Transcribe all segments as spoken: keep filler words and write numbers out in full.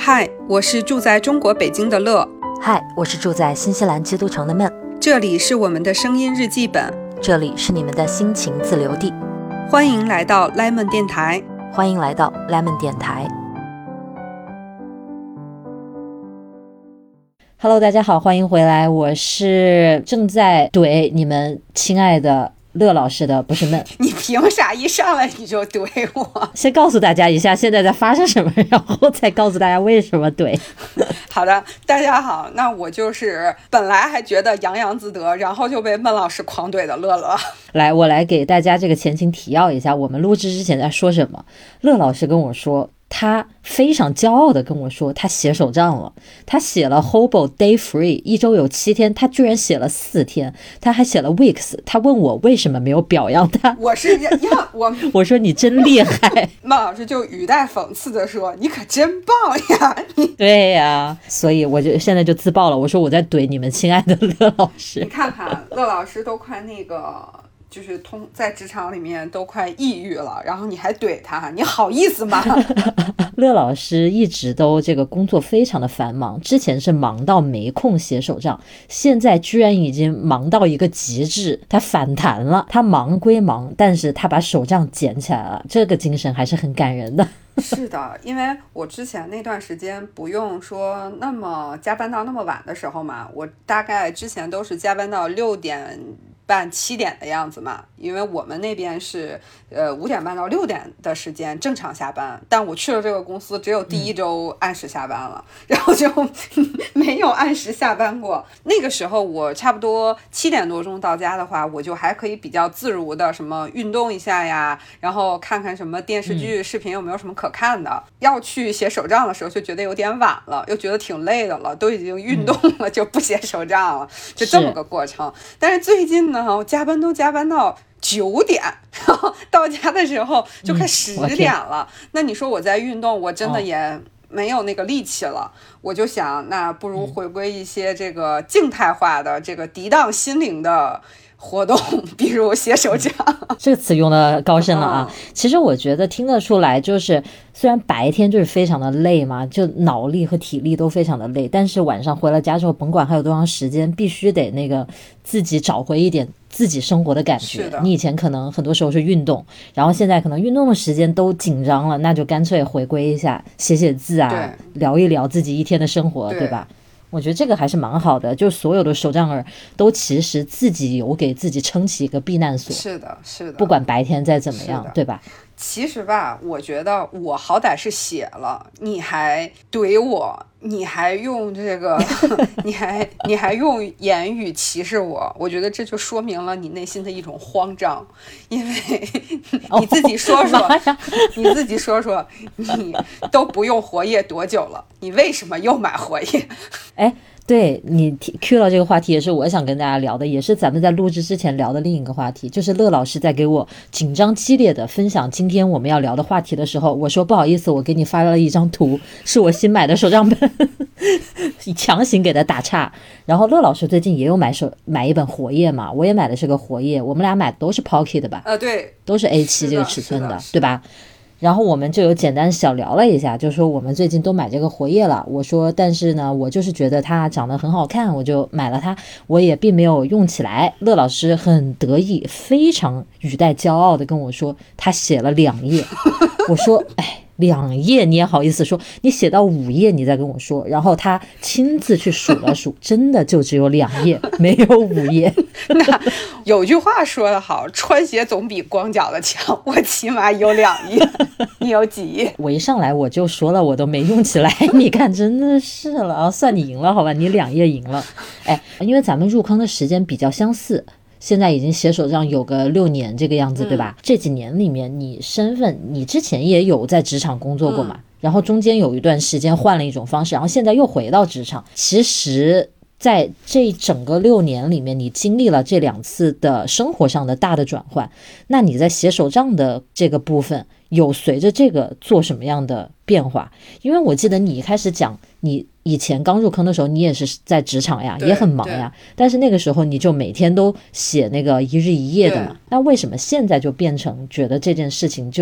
嗨，我是住在中国北京的乐。 嗨，我是住在新西兰基督城的闷。 这里是我们的声音日记本， 这里是你们的心情自留地。 欢迎来到 Lemon 电台。 欢迎来到 Lemon 电台。Hello， 大家好，欢迎回来，我是正在怼你们亲爱的乐老师的，不是闷。 你凭啥一上来你就怼我？ 先告诉大家一下现在在发生什么，然后再告诉大家为什么怼。 好的，大家好，那我就是本来还觉得洋洋自得，然后就被闷老师狂怼的乐乐。 来，我来给大家这个前情提要一下，我们录制之前在说什么。乐老师跟我说，他非常骄傲的跟我说他写手账了，他写了 Hobo Day Free， 一周有七天，他居然写了四天，他还写了 Weeks。 他问我为什么没有表扬他， 我是呀我我说你真厉害。 孟老师就语带讽刺的说，你可真棒呀。 对呀，所以我就现在就自爆了，我说我在怼你们亲爱的乐老师。 你看看乐老师都快那个就是通在职场里面都快抑郁了，然后你还怼他，你好意思吗？ 乐老师一直都这个工作非常的繁忙，之前是忙到没空写手账，现在居然已经忙到一个极致，他反弹了。他忙归忙，但是他把手账捡起来了，这个精神还是很感人的。 是的，因为我之前那段时间不用说那么加班到那么晚的时候嘛，我大概之前都是加班到六点半七点的样子嘛，因为我们那边是呃五点半到六点的时间正常下班，但我去了这个公司只有第一周按时下班了，嗯、然后就没有按时下班过。那个时候我差不多七点多钟到家的话，我就还可以比较自如的什么运动一下呀，然后看看什么电视剧、嗯、视频有没有什么可看的。要去写手账的时候就觉得有点晚了，又觉得挺累的了，都已经运动了、嗯、就不写手账了，就这么个过程。但是最近呢，我加班都加班到九点，然后到家的时候就快十点了、嗯、那你说我在运动，我真的也没有那个力气了、哦、我就想那不如回归一些这个静态化的、嗯、这个涤荡心灵的活动，比如写手账。 这个词用的高深了啊、嗯、其实我觉得听得出来，就是虽然白天就是非常的累嘛，就脑力和体力都非常的累，但是晚上回了家之后，甭管还有多长时间，必须得那个自己找回一点自己生活的感觉。你以前可能很多时候是运动，然后现在可能运动的时间都紧张了，那就干脆回归一下，写写字啊，聊一聊自己一天的生活， 对, 对吧？我觉得这个还是蛮好的，就所有的手账儿都其实自己有给自己撑起一个避难所。 是的是的， 不管白天再怎么样，对吧？ 其实吧，我觉得我好歹是写了，你还怼我，你还用这个你还你还用言语歧视我，我觉得这就说明了你内心的一种慌张。因为你自己说说、哦、你自己说说，你都不用活页多久了，你为什么又买活页？ 哎，对，你 Q 了这个话题也是我想跟大家聊的，也是咱们在录制之前聊的另一个话题，就是乐老师在给我紧张激烈的分享今天我们要聊的话题的时候，我说不好意思，我给你发了一张图，是我新买的手账本强行给他打岔。然后乐老师最近也有买手买一本活页嘛，我也买的是个活页，我们俩买的都是 Pocket 的吧？ 呃，对， 都是 A 七 这个尺寸 的, 的, 的对吧？然后我们就有简单小聊了一下，就说我们最近都买这个活页了。我说但是呢，我就是觉得它长得很好看，我就买了它，我也并没有用起来。乐老师很得意，非常语带骄傲的跟我说他写了两页。我说哎，两页你也好意思说？你写到五页你再跟我说。然后他亲自去数了数，真的就只有两页，没有五页。 那有句话说得好，穿鞋总比光脚的强，我起码有两页。你有几页？ 我一上来我就说了，我都没用起来。你看真的是了，算你赢了好吧，你两页赢了。哎，因为咱们入坑的时间比较相似，现在已经写手账有个六年这个样子，对吧？嗯、这几年里面你身份，你之前也有在职场工作过嘛、嗯、然后中间有一段时间换了一种方式，然后现在又回到职场。其实在这整个六年里面，你经历了这两次的生活上的大的转换，那你在写手账的这个部分有随着这个做什么样的变化？因为我记得你一开始讲你以前刚入坑的时候，你也是在职场呀，也很忙呀，但是那个时候你就每天都写那个一日一夜的嘛，那为什么现在就变成觉得这件事情就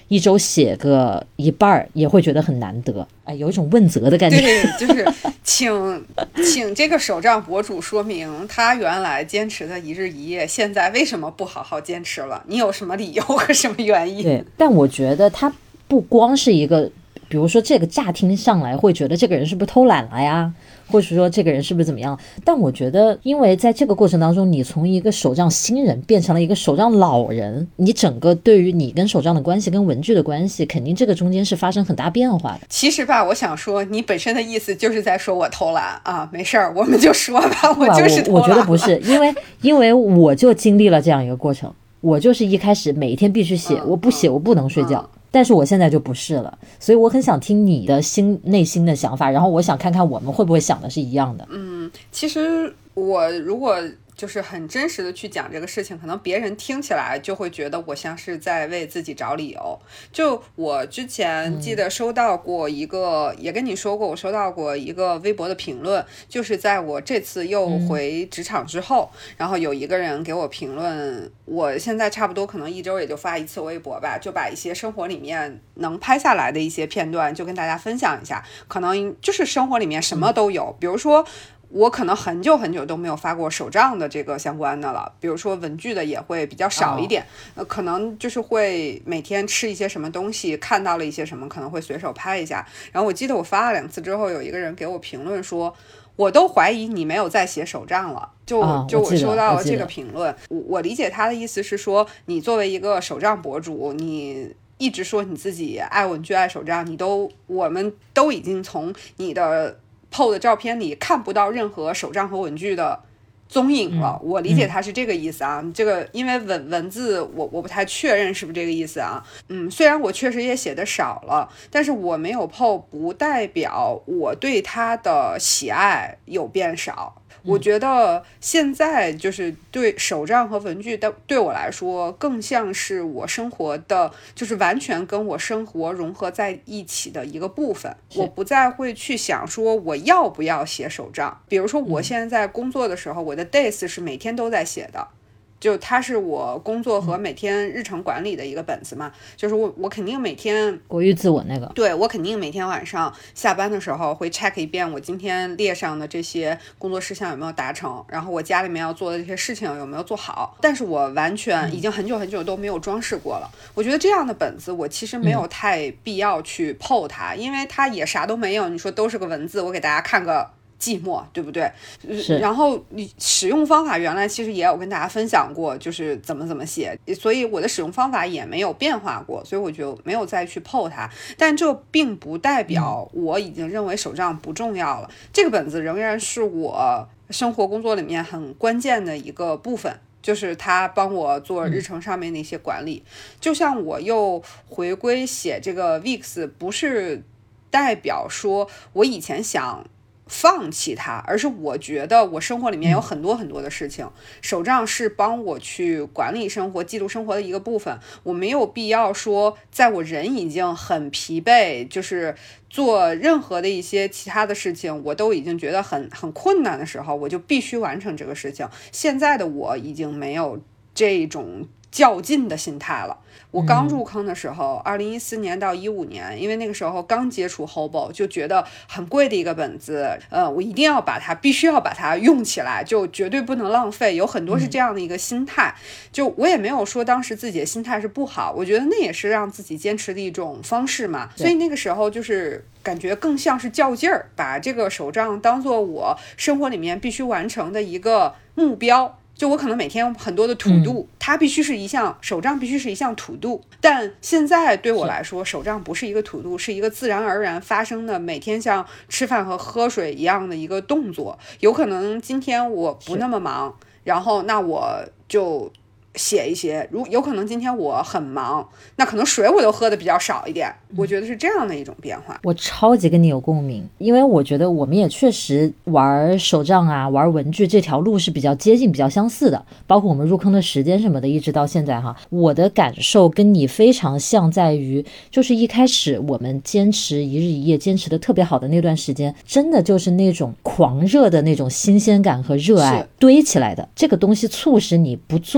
一周写个一半也会觉得很难得，哎，有一种问责的感觉。 对，就是请请这个手账博主说明他原来坚持的一日一夜，现在为什么不好好坚持了？你有什么理由和什么原因？ 对，但我觉得他不光是一个，比如说这个乍听上来会觉得这个人是不是偷懒了呀，或者说这个人是不是怎么样，但我觉得因为在这个过程当中，你从一个手账新人变成了一个手账老人，你整个对于你跟手账的关系跟文具的关系，肯定这个中间是发生很大变化的。 其实吧，我想说你本身的意思就是在说我偷懒啊，没事儿，我们就说吧，我就是偷懒了。 我, 我觉得不是，因为因为我就经历了这样一个过程，我就是一开始每一天必须写、嗯、我不写我不能睡觉、嗯，但是我现在就不是了，所以我很想听你的心内心的想法，然后我想看看我们会不会想的是一样的。 嗯，其实我如果就是很真实的去讲这个事情，可能别人听起来就会觉得我像是在为自己找理由。就我之前记得收到过一个、嗯、也跟你说过，我收到过一个微博的评论，就是在我这次又回职场之后、嗯、然后有一个人给我评论，我现在差不多可能一周也就发一次微博吧，就把一些生活里面能拍下来的一些片段就跟大家分享一下，可能就是生活里面什么都有、嗯、比如说我可能很久很久都没有发过手账的这个相关的了，比如说文具的也会比较少一点、oh. 呃，可能就是会每天吃一些什么东西，看到了一些什么可能会随手拍一下。然后我记得我发了两次之后，有一个人给我评论说，我都怀疑你没有在写手账了。就、oh, 就我收到了这个评论，我我理解他的意思是说，你作为一个手账博主，你一直说你自己爱文具爱手账，你都我们都已经从你的P O 的照片里看不到任何手账和文具的踪影了、嗯、我理解他是这个意思啊、嗯、这个因为文文字我我不太确认是不是这个意思啊。嗯，虽然我确实也写的少了，但是我没有 P O 不代表我对他的喜爱有变少。我觉得现在就是对手账和文具的对我来说更像是我生活的，就是完全跟我生活融合在一起的一个部分。我不再会去想说我要不要写手账，比如说我现在在工作的时候、嗯、我的 days 是每天都在写的，就它是我工作和每天日程管理的一个本子嘛，就是我我肯定每天国域自我那个， 对，我肯定每天晚上下班的时候会 check 一遍我今天列上的这些工作事项有没有达成，然后我家里面要做的这些事情有没有做好，但是我完全已经很久很久都没有装饰过了、嗯、我觉得这样的本子我其实没有太必要去 P O 它、嗯、因为它也啥都没有，你说都是个文字，我给大家看个寂寞，对不对？ 是。 然后你使用方法原来其实也有跟大家分享过，就是怎么怎么写，所以我的使用方法也没有变化过，所以我就没有再去 P O 它。但这并不代表我已经认为手账不重要了、嗯、这个本子仍然是我生活工作里面很关键的一个部分，就是他帮我做日程上面的一些管理、嗯、就像我又回归写这个 Wix， 不是代表说我以前想放弃它，而是我觉得我生活里面有很多很多的事情、嗯、手账是帮我去管理生活记录生活的一个部分，我没有必要说在我人已经很疲惫，就是做任何的一些其他的事情我都已经觉得很很困难的时候，我就必须完成这个事情。现在的我已经没有这种较劲的心态了。我刚入坑的时候二零一四年到一五年，因为那个时候刚接触 Hobo， 就觉得很贵的一个本子，呃，我一定要把它必须要把它用起来，就绝对不能浪费，有很多是这样的一个心态、嗯、就我也没有说当时自己的心态是不好，我觉得那也是让自己坚持的一种方式嘛。所以那个时候就是感觉更像是较劲儿，把这个手账当做我生活里面必须完成的一个目标，就我可能每天很多的土度、嗯、它必须是一项手账必须是一项土度，但现在对我来说手账不是一个土度，是一个自然而然发生的每天像吃饭和喝水一样的一个动作。有可能今天我不那么忙，然后那我就写一些，如有可能今天我很忙，那可能水我都喝的比较少一点、嗯、我觉得是这样的一种变化。 我超级跟你有共鸣，因为我觉得我们也确实玩手账啊玩文具这条路是比较接近比较相似的，包括我们入坑的时间什么的一直到现在哈，我的感受跟你非常像，在于就是一开始我们坚持一日一夜坚持的特别好的那段时间，真的就是那种狂热的那种新鲜感和热爱堆起来的，这个东西促使你不做这件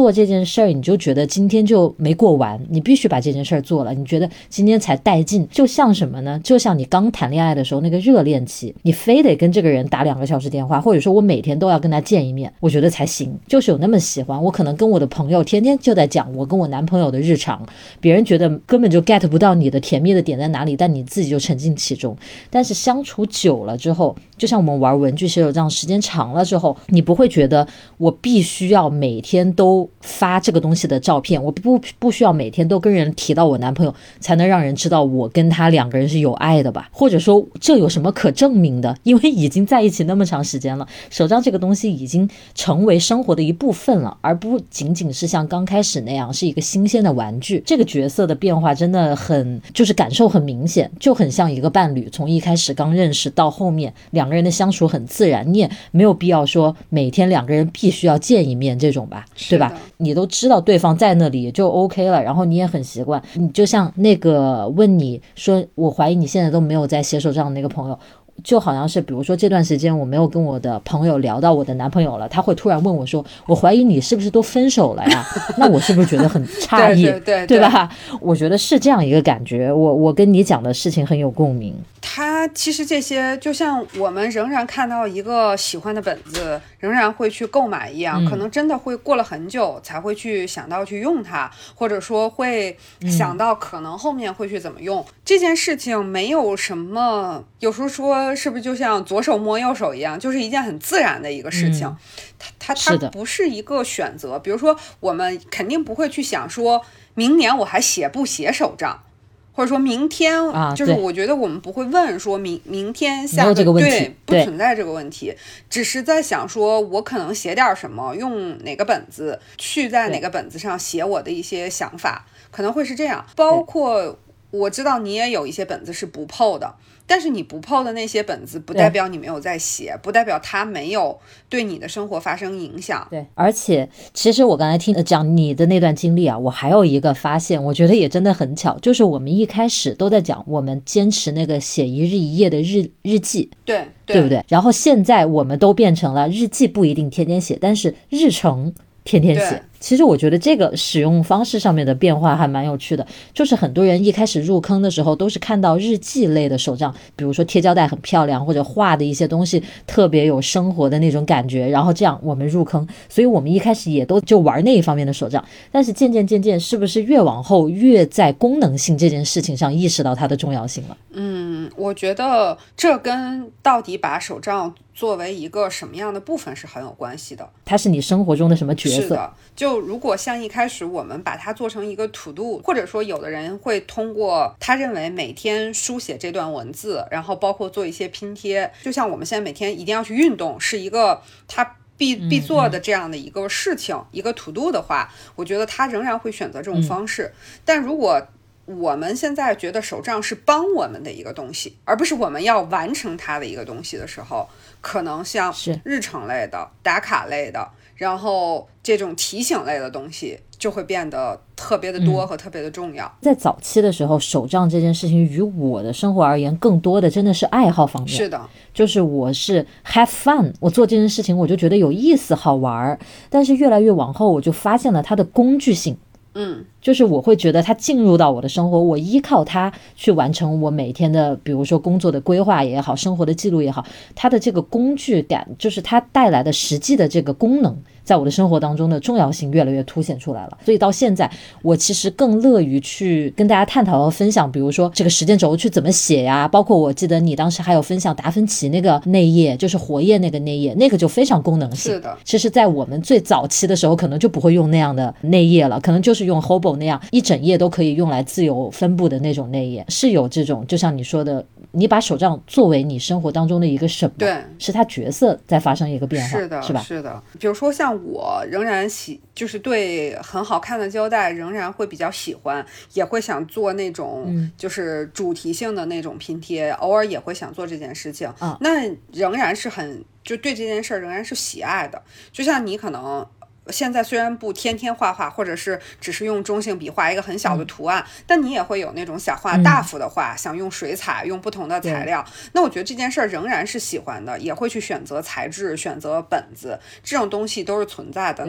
事儿，你就觉得今天就没过完，你必须把这件事儿做了，你觉得今天才带劲。就像什么呢？就像你刚谈恋爱的时候那个热恋期，你非得跟这个人打两个小时电话，或者说我每天都要跟他见一面，我觉得才行。就是有那么喜欢，我可能跟我的朋友天天就在讲我跟我男朋友的日常，别人觉得根本就 get 不到你的甜蜜的点在哪里，但你自己就沉浸其中。但是相处久了之后，就像我们玩文具写手账时间长了之后，你不会觉得我必须要每天都发这个东西的照片，我不不需要每天都跟人提到我男朋友才能让人知道我跟他两个人是有爱的吧，或者说这有什么可证明的，因为已经在一起那么长时间了，手账这个东西已经成为生活的一部分了，而不仅仅是像刚开始那样是一个新鲜的玩具。这个角色的变化真的很，就是感受很明显，就很像一个伴侣，从一开始刚认识到后面两个人的相处很自然，你也没有必要说每天两个人必须要见一面这种吧，对吧？你都知道对方在那里就 OK 了，然后你也很习惯。你就像那个问你说我怀疑你现在都没有在写手账的那个朋友，就好像是比如说这段时间我没有跟我的朋友聊到我的男朋友了，他会突然问我说我怀疑你是不是都分手了呀那我是不是觉得很诧异？对对 对, 对, 对吧？我觉得是这样一个感觉，我我跟你讲的事情很有共鸣。 他其实这些就像我们仍然看到一个喜欢的本子仍然会去购买一样、嗯、可能真的会过了很久才会去想到去用它，或者说会想到可能后面会去怎么用、嗯、这件事情没有什么，有时候说是不是就像左手摸右手一样，就是一件很自然的一个事情、嗯、它它它不是一个选择。比如说我们肯定不会去想说明年我还写不写手账，或者说明天、啊、就是我觉得我们不会问说明明天下个这个问题， 对，不存在这个问题，只是在想说我可能写点什么，用哪个本子去在哪个本子上写我的一些想法，可能会是这样。包括我知道你也有一些本子是不PO的，但是你不PO的那些本子不代表你没有在写，不代表它没有对你的生活发生影响。 对，而且其实我刚才听讲你的那段经历啊，我还有一个发现，我觉得也真的很巧，就是我们一开始都在讲我们坚持那个写一日一夜的日日记， 对对, 对不对？然后现在我们都变成了日记不一定天天写，但是日程天天写。其实我觉得这个使用方式上面的变化还蛮有趣的，就是很多人一开始入坑的时候都是看到日记类的手账，比如说贴胶带很漂亮，或者画的一些东西特别有生活的那种感觉，然后这样我们入坑，所以我们一开始也都就玩那一方面的手账。但是渐渐渐渐是不是越往后越在功能性这件事情上意识到它的重要性了？ 嗯，我觉得这跟到底把手账作为一个什么样的部分是很有关系的。 它是你生活中的什么角色？ 是的，就如果像一开始我们把它做成一个 to do， 或者说有的人会通过他认为每天书写这段文字，然后包括做一些拼贴，就像我们现在每天一定要去运动是一个他必必做的这样的一个事情、嗯嗯、一个 to do 的话，我觉得他仍然会选择这种方式、嗯、但如果我们现在觉得手账是帮我们的一个东西，而不是我们要完成它的一个东西的时候，可能像日程类的、打卡类的，然后这种提醒类的东西就会变得特别的多和特别的重要、嗯、 在早期的时候，手账这件事情于我的生活而言更多的真的是爱好方面。 是的， 就是我是 have fun， 我做这件事情我就觉得有意思好玩，但是越来越往后我就发现了它的工具性。 嗯， 就是我会觉得它进入到我的生活，我依靠它去完成我每天的比如说工作的规划也好，生活的记录也好，它的这个工具感，就是它带来的实际的这个功能在我的生活当中的重要性越来越凸显出来了。所以到现在我其实更乐于去跟大家探讨和分享，比如说这个时间轴去怎么写呀，包括我记得你当时还有分享达芬奇那个内页，就是活页那个内页，那个就非常功能性。 是的， 其实在我们最早期的时候可能就不会用那样的内页了，可能就是用 Hobo 那样一整页都可以用来自由分布的那种内页，是有这种就像你说的，你把手账作为你生活当中的一个什么， 对， 是它角色在发生一个变化， 是的， 是吧？ 是的。比如说像我仍然喜就是对很好看的胶带仍然会比较喜欢，也会想做那种就是主题性的那种拼贴、嗯、偶尔也会想做这件事情、嗯、那仍然是很就对这件事仍然是喜爱的。就像你可能现在虽然不天天画画，或者是只是用中性笔画一个很小的图案、嗯、但你也会有那种想画大幅的画、嗯、想用水彩用不同的材料，那我觉得这件事仍然是喜欢的，也会去选择材质选择本子，这种东西都是存在的。那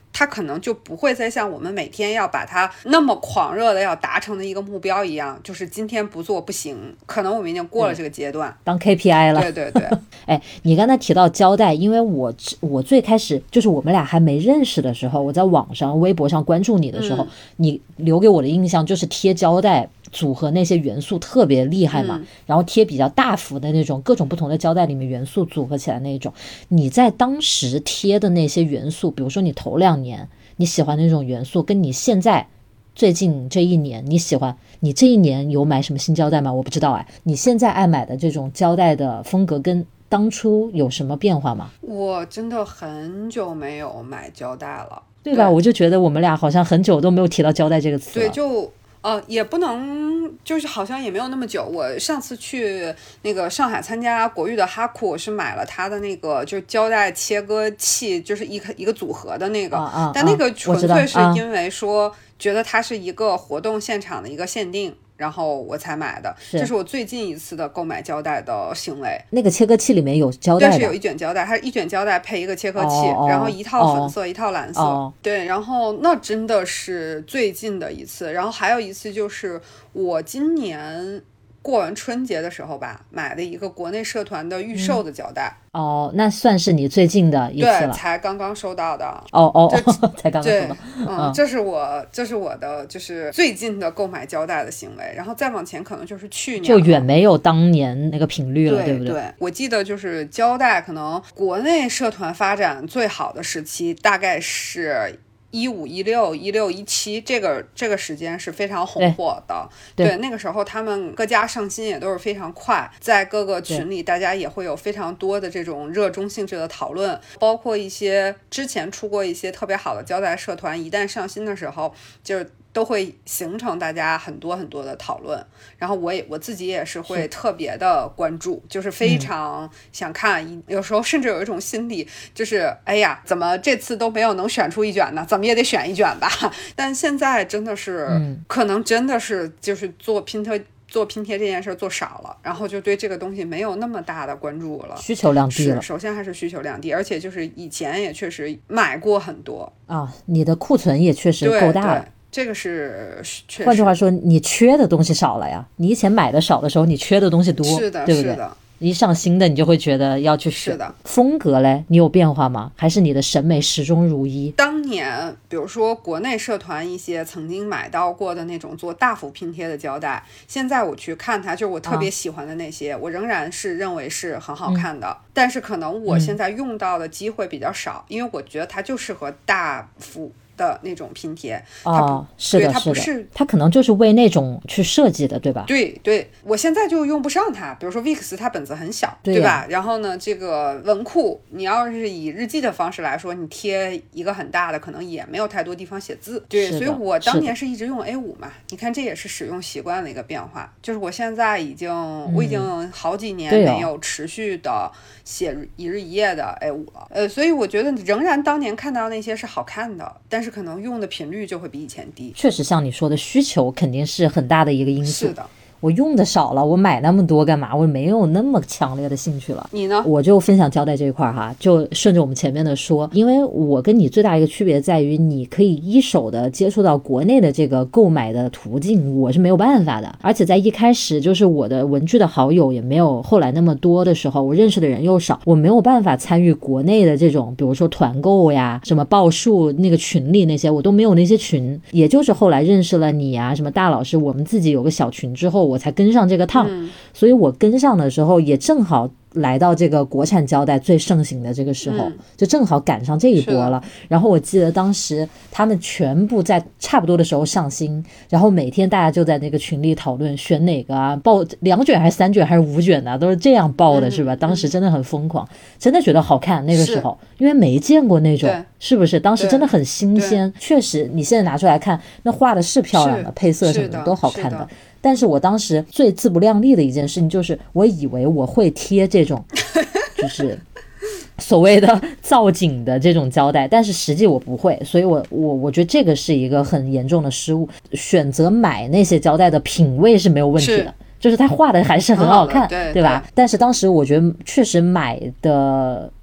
它可能就不会再像我们每天要把它那么狂热的要达成的一个目标一样，就是今天不做不行，可能我们已经过了这个阶段， 当 K P I 了。 对对对。 哎，你刚才提到胶带，因为我我最开始就是我们俩还没认识的时候，我在网上微博上关注你的时候、嗯、你留给我的印象就是贴胶带组合那些元素特别厉害嘛、嗯、然后贴比较大幅的那种各种不同的胶带里面元素组合起来那种。你在当时贴的那些元素，比如说你头两年你喜欢那种元素，跟你现在最近这一年你喜欢，你这一年有买什么新胶带吗？我不知道哎，你现在爱买的这种胶带的风格跟当初有什么变化吗？ 我真的很久没有买胶带了， 对吧？对，我就觉得我们俩好像很久都没有提到胶带这个词了。 对，就呃，也不能，就是好像也没有那么久。我上次去那个上海参加国誉的哈库，我是买了它的那个就胶带切割器，就是一个一个组合的那个， 啊啊、 但那个纯粹是因为说觉得它是一个活动现场的一个限定。然后我才买的，这是我最近一次的购买胶带的行为。 那个切割器里面有胶带的， 对，是有一卷胶带，它是一卷胶带配一个切割器， 哦、 然后一套粉色、哦、一套蓝色、 哦。 对，然后那真的是最近的一次。然后还有一次就是我今年过完春节的时候吧，买的一个国内社团的预售的胶带。 嗯哦，那算是你最近的一次了。 对，才刚刚收到的。 哦哦，才刚刚收到。 嗯，嗯这是我这是我的就是最近的购买胶带的行为，然后再往前可能就是去年， 就远没有当年那个频率了， 对不对？ 对，我记得就是胶带可能国内社团发展最好的时期大概是一五一六一六一七这个这个时间是非常红火的。 对, 对那个时候他们各家上新也都是非常快，在各个群里大家也会有非常多的这种热衷性质的讨论，包括一些之前出过一些特别好的胶带社团，一旦上新的时候就是都会形成大家很多很多的讨论，然后我也我自己也是会特别的关注，就是非常想看、嗯、有时候甚至有一种心理就是哎呀怎么这次都没有能选出一卷呢，怎么也得选一卷吧。但现在真的是、嗯、可能真的是就是做拼贴做拼贴这件事做少了，然后就对这个东西没有那么大的关注了， 需求量低了。 首先还是需求量低，而且就是以前也确实买过很多啊，你的库存也确实够大了。 这个是确实， 换句话说你缺的东西少了呀，你以前买的少的时候你缺的东西多， 是的， 对不对？ 是的， 一上新的你就会觉得要去选。 是的。 风格嘞，你有变化吗？还是你的审美始终如一？ 当年比如说国内社团一些曾经买到过的那种做大幅拼贴的胶带，现在我去看它，就是我特别喜欢的那些、啊、我仍然是认为是很好看的、嗯、但是可能我现在用到的机会比较少、嗯、因为我觉得它就适合大幅的那种拼贴。 哦，是的， 它不是的，它可能就是为那种去设计的，对吧？ 对对，我现在就用不上它。比如说 Vix 它本子很小， 对,、啊、对吧？然后呢，这个文库你要是以日记的方式来说，你贴一个很大的可能也没有太多地方写字。对，所以我当年是一直用 A 五 嘛，你看这也是使用习惯的一个变化。就是我现在已经、嗯、我已经好几年没有持续的写一日一页的 A 五 了、呃，所以我觉得仍然当年看到那些是好看的，但是可能用的频率就会比以前低。 确实像你说的，需求肯定是很大的一个因素。 是的， 我用的少了，我买那么多干嘛？我没有那么强烈的兴趣了。 你呢？ 我就分享胶带这一块哈，就顺着我们前面的说，因为我跟你最大一个区别在于，你可以一手的接触到国内的这个购买的途径，我是没有办法的。而且在一开始就是我的文具的好友也没有后来那么多的时候，我认识的人又少，我没有办法参与国内的这种比如说团购呀，什么报数那个群里那些，我都没有那些群。也就是后来认识了你啊，什么大老师，我们自己有个小群之后，我才跟上这个趟、嗯、所以我跟上的时候也正好来到这个国产胶带最盛行的这个时候、嗯、就正好赶上这一波了。然后我记得当时他们全部在差不多的时候上新，然后每天大家就在那个群里讨论选哪个啊，报两卷还是三卷还是五卷的、啊、都是这样报的、嗯、是吧？当时真的很疯狂，真的觉得好看那个时候，因为没见过那种，是不是？当时真的很新鲜。确实你现在拿出来看，那画的是漂亮的，配色什么的都好看 的, 的但是我当时最自不量力的一件事情就是我以为我会贴这种就是所谓的造景的这种胶带，但是实际我不会，所以我我我觉得这个是一个很严重的失误。选择买那些胶带的品味是没有问题的，就是他画的还是很好看， 对, 对吧？对，但是当时我觉得确实买的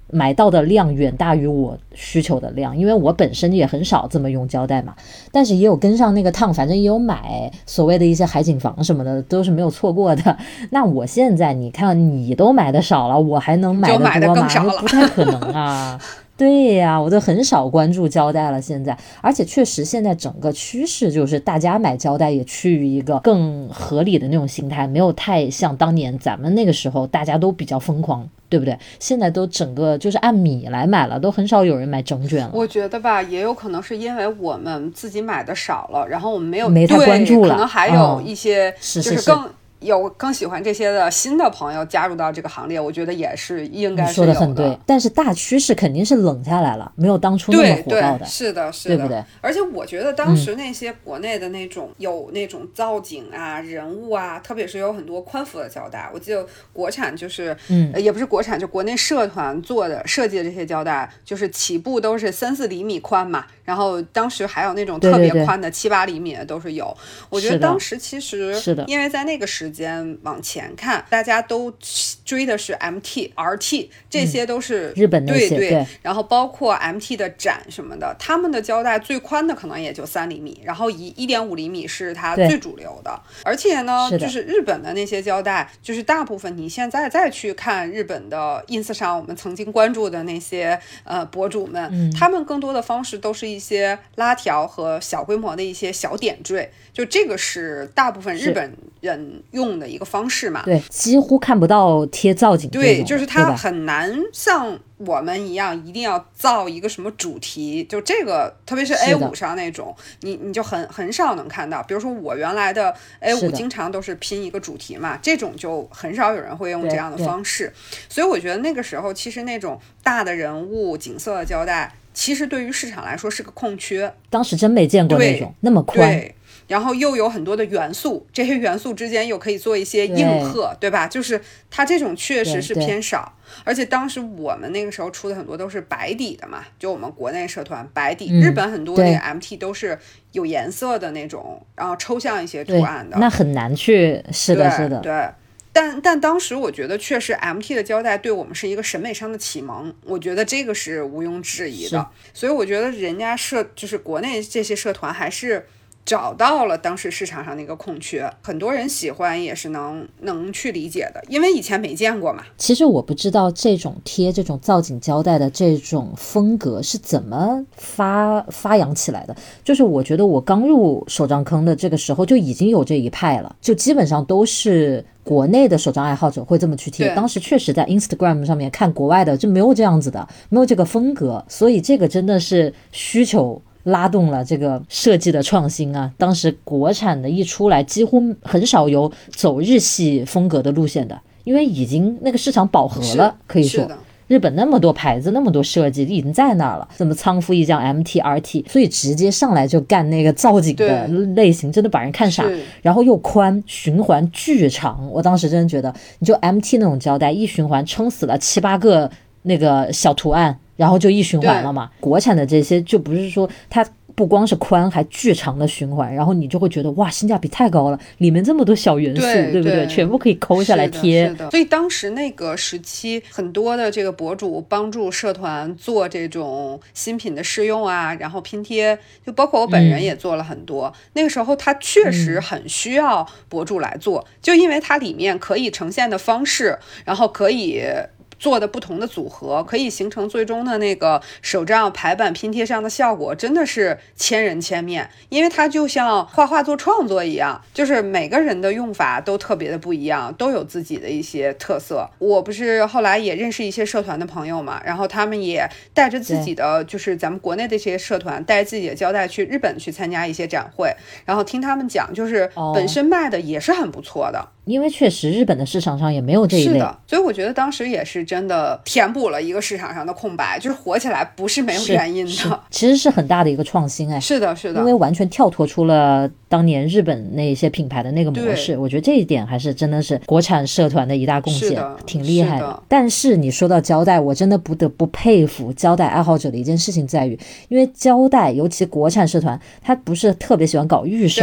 买到的量远大于我需求的量，因为我本身也很少这么用胶带嘛，但是也有跟上那个趟，反正也有买所谓的一些海景房什么的，都是没有错过的。那我现在你看你都买的少了，我还能买的多吗？不太可能啊。对呀，我都很少关注胶带了现在，而且确实现在整个趋势就是大家买胶带也趋于一个更合理的那种形态，没有太像当年咱们那个时候大家都比较疯狂，对不对？现在都整个就是按米来买了，都很少有人买整卷了。 我觉得吧，也有可能是因为我们自己买的少了，然后我们没有没太关注了， 可能还有一些就是更、 嗯、是是是有更喜欢这些的新的朋友加入到这个行列，我觉得也是应该是有的。 你说的很对，但是大趋势肯定是冷下来了，没有当初那么火爆的。 对对，是的，是的， 对不对？ 而且我觉得当时那些国内的那种、嗯、有那种造景啊、人物啊，特别是有很多宽幅的胶带。我记得国产就是， 嗯、 呃，也不是国产，就国内社团做的设计的这些胶带，就是起步都是三四厘米宽嘛。然后当时还有那种特别宽的七八厘米的都是有。 对对对， 我觉得当时其实是的， 因为在那个时间往前看，大家都追的是 M T、R T， 这些都是、 嗯、日本那些， 对对, 对，然后包括 M T 的展什么的，他们的胶带最宽的可能也就三厘米，然后一一点五厘米是它最主流的。而且呢，就是日本的那些胶带，就是大部分你现在再去看日本的 ins 上我们曾经关注的那些呃博主们、 嗯， 他们更多的方式都是一些拉条和小规模的一些小点缀，就这个是大部分日本人用的一个方式嘛。 对，几乎看不到贴造景这种， 对，就是它很难像我们一样一定要造一个什么主题，就这个特别是 A 五 上那种，你你就很很少能看到。比如说我原来的 A 五 经常都是拼一个主题嘛，这种就很少有人会用这样的方式。所以我觉得那个时候其实那种大的人物景色的胶带，其实对于市场来说是个空缺， 当时真没见过那种那么宽。 对，然后又有很多的元素，这些元素之间又可以做一些应和， 对, 对吧？就是它这种确实是偏少。而且当时我们那个时候出的很多都是白底的嘛，就我们国内社团白底、嗯、日本很多那个 M T 都是有颜色的那种，然后抽象一些图案的， 那很难去，是的是的， 对。但但当时我觉得确实 M T 的胶带对我们是一个审美上的启蒙，我觉得这个是毋庸置疑的。所以我觉得人家社就是国内这些社团还是找到了当时市场上的一个空缺，很多人喜欢也是能能去理解的，因为以前没见过嘛。 其实我不知道这种贴这种造景胶带的这种风格是怎么发发扬起来的，就是我觉得我刚入手账坑的这个时候就已经有这一派了，就基本上都是国内的手账爱好者会这么去贴，当时确实在 Instagram 上面看国外的就没有这样子的，没有这个风格，所以这个真的是需求拉动了这个设计的创新啊！当时国产的一出来，几乎很少有走日系风格的路线的，因为已经那个市场饱和了，可以说日本那么多牌子那么多设计已经在那儿了，什么仓敷一将 M T R T， 所以直接上来就干那个造景的类型，真的把人看傻，然后又宽，循环巨长，我当时真的觉得你就 M T 那种胶带一循环撑死了七八个那个小图案，然后就一循环了嘛。国产的这些就不是说它不光是宽还巨长的循环，然后你就会觉得哇性价比太高了，里面这么多小元素， 对, 对不对？全部可以抠下来贴。 是的，所以当时那个时期很多的这个博主帮助社团做这种新品的试用啊，然后拼贴，就包括我本人也做了很多、嗯、那个时候它确实很需要博主来做、嗯、就因为它里面可以呈现的方式，然后可以做的不同的组合，可以形成最终的那个手账排版拼贴上的效果，真的是千人千面。因为它就像画画做创作一样，就是每个人的用法都特别的不一样，都有自己的一些特色。我不是后来也认识一些社团的朋友嘛，然后他们也带着自己的就是咱们国内的这些社团带着自己的胶带去日本去参加一些展会，然后听他们讲就是本身卖的也是很不错的、哦、 因为确实日本的市场上也没有这一类， 是的，所以我觉得当时也是真的填补了一个市场上的空白，就是火起来不是没有原因的， 其实是很大的一个创新。哎， 是的是的， 因为完全跳脱出了当年日本那些品牌的那个模式，我觉得这一点还是真的是国产社团的一大贡献，挺厉害 的, 的但是你说到胶带，我真的不得不佩服胶带爱好者的一件事情在于，因为胶带尤其国产社团它不是特别喜欢搞预售嘛，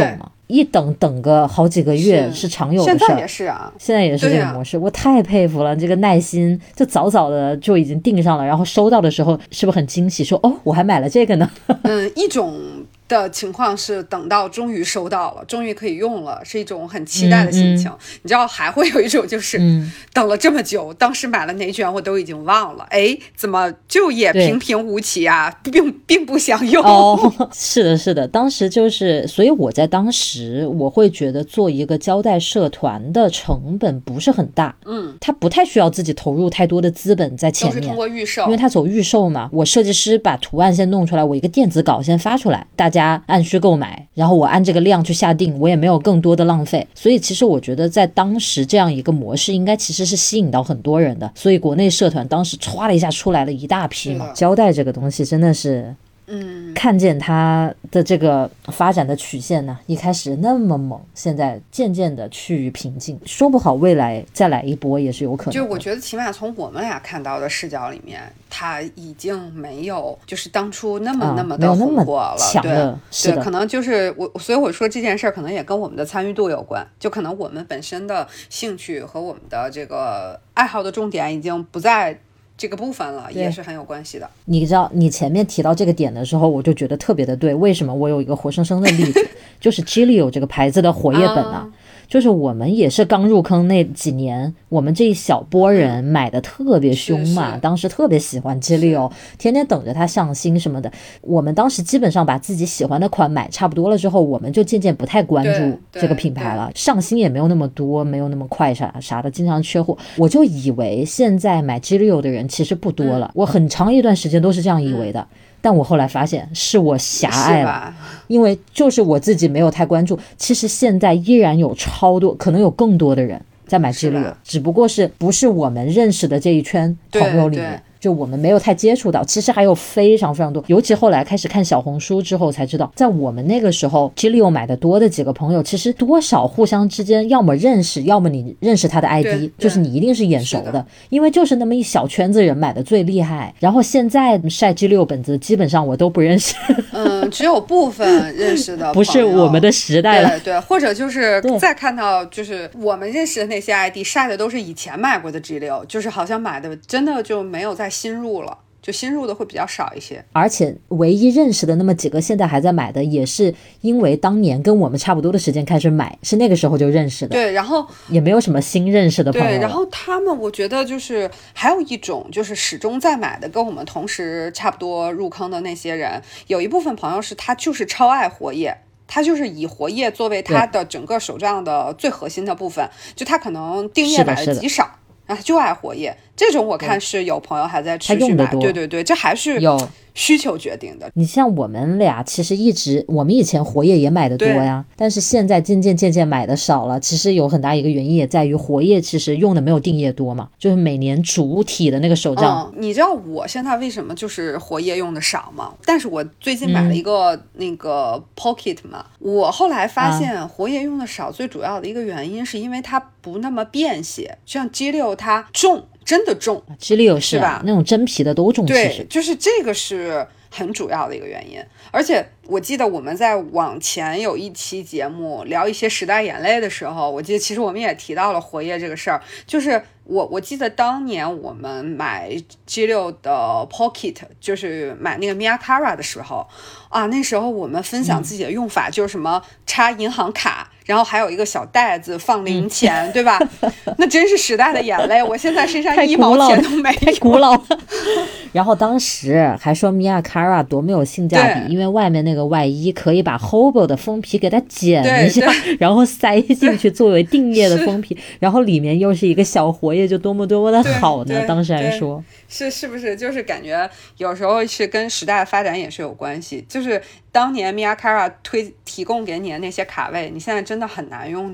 一等等个好几个月是常有的事儿。 现在也是啊， 现在也是这个模式，啊、我太佩服了，这个耐心，就早早的就已经订上了，然后收到的时候是不是很惊喜？说哦，我还买了这个呢。 嗯，一种的情况是等到终于收到了，终于可以用了，是一种很期待的心情。嗯嗯、你知道，还会有一种就是、嗯、等了这么久，当时买了哪卷我都已经忘了，哎，怎么就也平平无奇啊，并并不想用。 哦，是的，是的，当时就是，所以我在当时我会觉得做一个胶带社团的成本不是很大， 嗯， 它不太需要自己投入太多的资本在前面， 都是通过预售， 因为它走预售嘛，我设计师把图案先弄出来，我一个电子稿先发出来，大家按需购买，然后我按这个量去下定，我也没有更多的浪费，所以其实我觉得在当时这样一个模式应该其实是吸引到很多人的，所以国内社团当时歘了一下出来了一大批嘛。胶带这个东西真的是嗯， 看见它的这个发展的曲线呢，一开始那么猛，现在渐渐的趋于平静，说不好未来再来一波也是有可能的。 就我觉得起码从我们俩看到的视角里面，它已经没有就是当初那么、啊、那么的红火了， 强的对对，可能就是我，所以我说这件事可能也跟我们的参与度有关，就可能我们本身的兴趣和我们的这个爱好的重点已经不在这个部分了，也是很有关系的。 你知道你前面提到这个点的时候，我就觉得特别的对。为什么？我有一个活生生的例子就是 Gillio 这个牌子的活页本啊、嗯、就是我们也是刚入坑那几年，我们这一小波人买的特别凶嘛、嗯、是是当时特别喜欢 Gillio， 天天等着它上新什么的。我们当时基本上把自己喜欢的款买差不多了之后，我们就渐渐不太关注这个品牌了，上新也没有那么多，没有那么快啥啥的，经常缺货。我就以为现在买 Gillio 的人其实不多了、嗯、我很长一段时间都是这样以为的、嗯，但我后来发现是我狭隘了，因为就是我自己没有太关注。其实现在依然有超多，可能有更多的人在买 Gillio， 只不过是不是我们认识的这一圈朋友里面，就我们没有太接触到。其实还有非常非常多，尤其后来开始看小红书之后才知道，在我们那个时候 Gillio 买的多的几个朋友，其实多少互相之间要么认识，要么你认识他的 I D， 就是你一定是眼熟 的, 的因为就是那么一小圈子人买的最厉害。然后现在晒 Gillio 本子基本上我都不认识， 嗯，只有部分认识的朋友， 不是我们的时代了。 对对，或者就是再看到就是我们认识的那些 I D 晒的都是以前买过的 Gillio， 就是好像买的真的就没有再新入了，就新入的会比较少一些。而且唯一认识的那么几个现在还在买的，也是因为当年跟我们差不多的时间开始买，是那个时候就认识的。 对，然后也没有什么新认识的朋友。 对，然后他们我觉得就是还有一种就是始终在买的，跟我们同时差不多入坑的那些人，有一部分朋友是他就是超爱活页，他就是以活页作为他的整个手账的最核心的部分，就他可能订页买的极少，然后他就爱活页。这种我看是有朋友还在持续买，对对对，这还是有需求决定的。 你像我们俩其实一直，我们以前活页也买的多呀，但是现在渐渐渐渐买的少了。其实有很大一个原因也在于活页其实用的没有订页多嘛，就是每年主体的那个手账、 嗯、你知道我现在为什么就是活页用的少吗？但是我最近买了一个、嗯、那个 Pocket 嘛，我后来发现活页用的少、啊、最主要的一个原因是因为它不那么便携，像 Gillio 它重，真的重， Gillio 是吧？那种真皮的都重， 对，就是这个是很主要的一个原因。而且我记得我们在往前有一期节目聊一些时代眼泪的时候，我记得其实我们也提到了活页这个事儿。就是我我记得当年我们买 Gillio 的 Pocket， 就是买那个 Mia Cara 的时候啊，那时候我们分享自己的用法、嗯、就是什么插银行卡，然后还有一个小袋子放零钱、嗯、对吧？那真是时代的眼泪，我现在身上一毛钱都没有， 太古老了。然后当时还说 Mia Cara 多么有性价比，因为外面那个外衣可以把 Hobo 的封皮给它剪一下，然后塞进去作为定页的封皮，然后里面又是一个小活页，就多么多么的好呢。当时还说是是不是就是感觉有时候是跟时代的发展也是有关系，就是当年 Mia Cara 推提供给你的那些卡位，你现在真的很难用到了。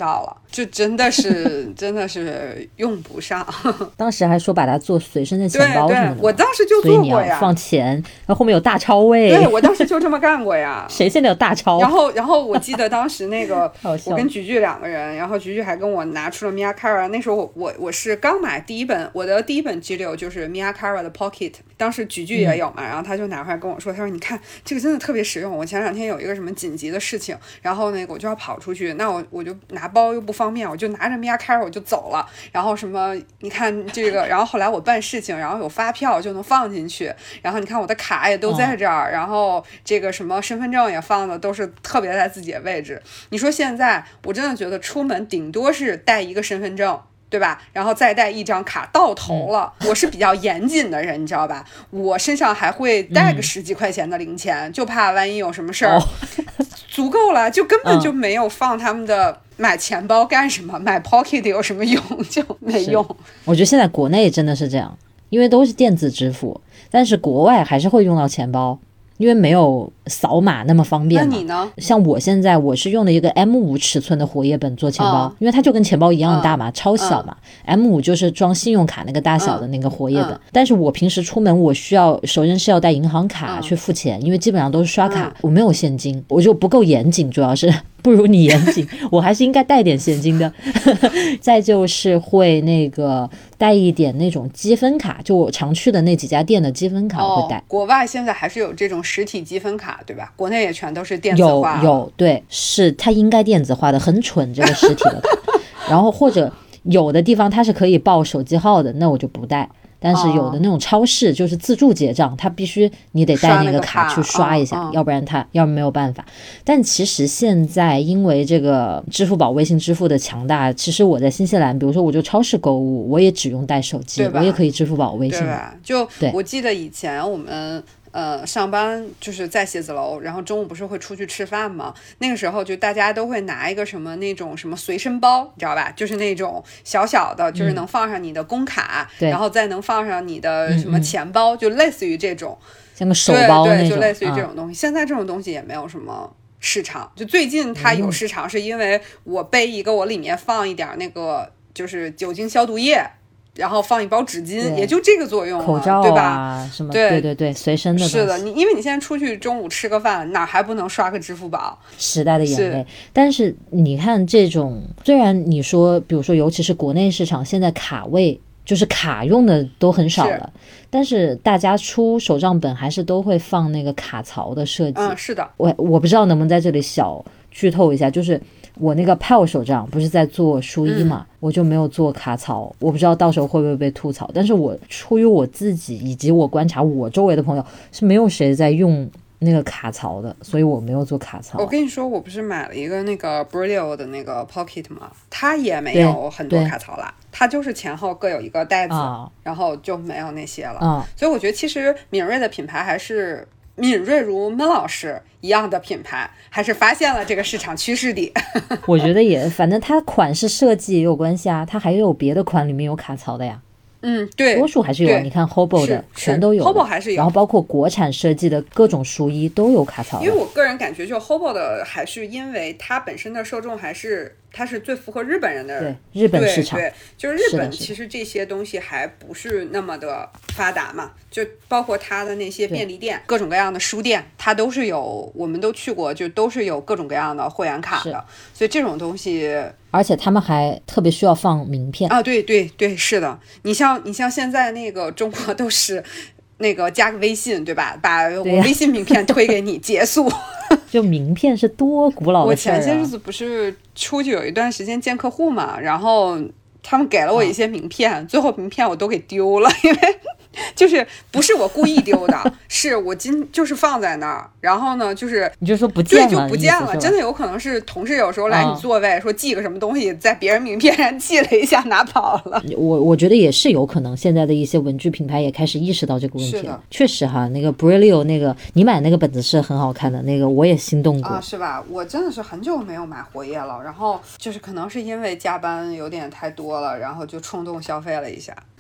就真的是真的是用不上。 当时还说把它做随身的钱包什么的， 对对，我当时就做过呀， 所以你要放钱，然后后面有大钞位。 对，我当时就这么干过呀。 谁现在有大钞？ 然后然后我记得当时那个我跟菊菊两个人，然后菊菊还跟我拿出了 Mia Khara， 那时候我我我是刚买第一本，我的第一本 G 六就是 Mia Khara 的 Pocket， 当时菊菊也有嘛，嗯、然后他就拿回来跟我说，他说你看这个真的特别实用，我前两天有一个什么紧急的事情，然后那个我就要跑出去，那我我就拿包又不方便，我就拿着 Mia Khara 我就走了，然后什么你看这个，然后后来我办事情，然后有发票就能放进去，然后你看我的卡也都在这儿，哦、然后这个什么身份证也放的都是特别在自己的位置。你说现在我真的觉得出门顶多是带一个身份证，对吧？然后再带一张卡到头了。嗯、我是比较严谨的人，你知道吧？我身上还会带个十几块钱的零钱，嗯、就怕万一有什么事儿，哦、足够了，就根本就没有放他们的。买钱包干什么？买 Pocket 有什么用？就没用。 我觉得现在国内真的是这样，因为都是电子支付，但是国外还是会用到钱包。因为没有扫码那么方便嘛。 那你呢？ 像我现在我是用的一个 M 五 尺寸的活页本做钱包，哦、因为它就跟钱包一样大嘛，嗯、超小嘛。嗯、M 五 就是装信用卡那个大小的那个活页本，嗯嗯、但是我平时出门我需要首先是要带银行卡去付钱，嗯、因为基本上都是刷卡，嗯、我没有现金，我就不够严谨，主要是。不如你严谨，我还是应该带点现金的。再就是会那个带一点那种积分卡，就我常去的那几家店的积分卡我会带。 哦、国外现在还是有这种实体积分卡，对吧？国内也全都是电子化。 有有，对，是它应该电子化的，很蠢这个实体的卡。然后或者有的地方它是可以报手机号的，那我就不带。但是有的那种超市就是自助结账，它必须你得带那个卡去刷一下， 嗯嗯、 要不然它要不没有办法。但其实现在因为这个支付宝、微信支付的强大，其实我在新西兰，比如说我就超市购物，我也只用带手机，我也可以支付宝、微信。 对吧？就我记得以前我们。呃，上班就是在写字楼，然后中午不是会出去吃饭吗？那个时候就大家都会拿一个什么那种什么随身包，你知道吧？就是那种小小的，就是能放上你的工卡， 嗯、 然后再能放上你的什么钱包，嗯嗯就类似于这种， 像个手包那种， 对对，就类似于这种东西。嗯、现在这种东西也没有什么市场，就最近它有市场，是因为我背一个，我里面放一点那个就是酒精消毒液。然后放一包纸巾，也就这个作用了， 口罩啊， 对吧？ 什么？ 对对对对，随身的。 是的，你因为你现在出去中午吃个饭，哪还不能刷个支付宝？ 时代的眼泪。但是你看这种，虽然你说，比如说，尤其是国内市场，现在卡位就是卡用的都很少了，是但是大家出手账本还是都会放那个卡槽的设计。 嗯，是的。 我我不知道能不能在这里小剧透一下，就是。我那个 P A L 手账不是在做书衣嘛、嗯、我就没有做卡槽，我不知道到时候会不会被吐槽，但是我出于我自己以及我观察我周围的朋友是没有谁在用那个卡槽的，所以我没有做卡槽。 我跟你说，我不是买了一个那个 Brilio 的那个 Pocket 吗？它也没有很多卡槽啦，它就是前后各有一个袋子、哦、然后就没有那些了、 哦、 所以我觉得其实敏锐的品牌还是敏锐如闷老师一样的品牌，还是发现了这个市场趋势的。 我觉得也，反正它款式设计也有关系啊，它还有别的款里面有卡槽的呀。 嗯，对， 多数还是有。你看 Hobo 的全都有 ，Hobo 还是有， 然后包括国产设计的各种书衣都有卡槽的。 因为我个人感觉，就 Hobo 的还是因为它本身的受众还是它是最符合日本人的， 对日本市场， 对，对就是日本其实这些东西还不是那么的发达嘛，就包括它的那些便利店、各种各样的书店，它都是有，我们都去过，就都是有各种各样的会员卡的，所以这种东西。 而且他们还特别需要放名片啊，对对对，是的。你像你像现在那个中国都是那个加个微信，对吧？把我微信名片推给你结束。 就名片是多古老的事儿啊！ 我前些日子不是出去有一段时间见客户嘛，然后他们给了我一些名片，啊、最后名片我都给丢了，因为。就是不是我故意丢的，是我今就是放在那儿，然后呢，就是你就说不见了， 对，就不见了，真的有可能是同事有时候来你座位、嗯、说寄个什么东西，在别人名片上寄了一下拿跑了。 我我觉得也是有可能，现在的一些文具品牌也开始意识到这个问题了。确实哈，那个 Brilio 那个你买那个本子是很好看的，那个我也心动过啊，是吧？我真的是很久没有买活页了，然后就是可能是因为加班有点太多了，然后就冲动消费了一下。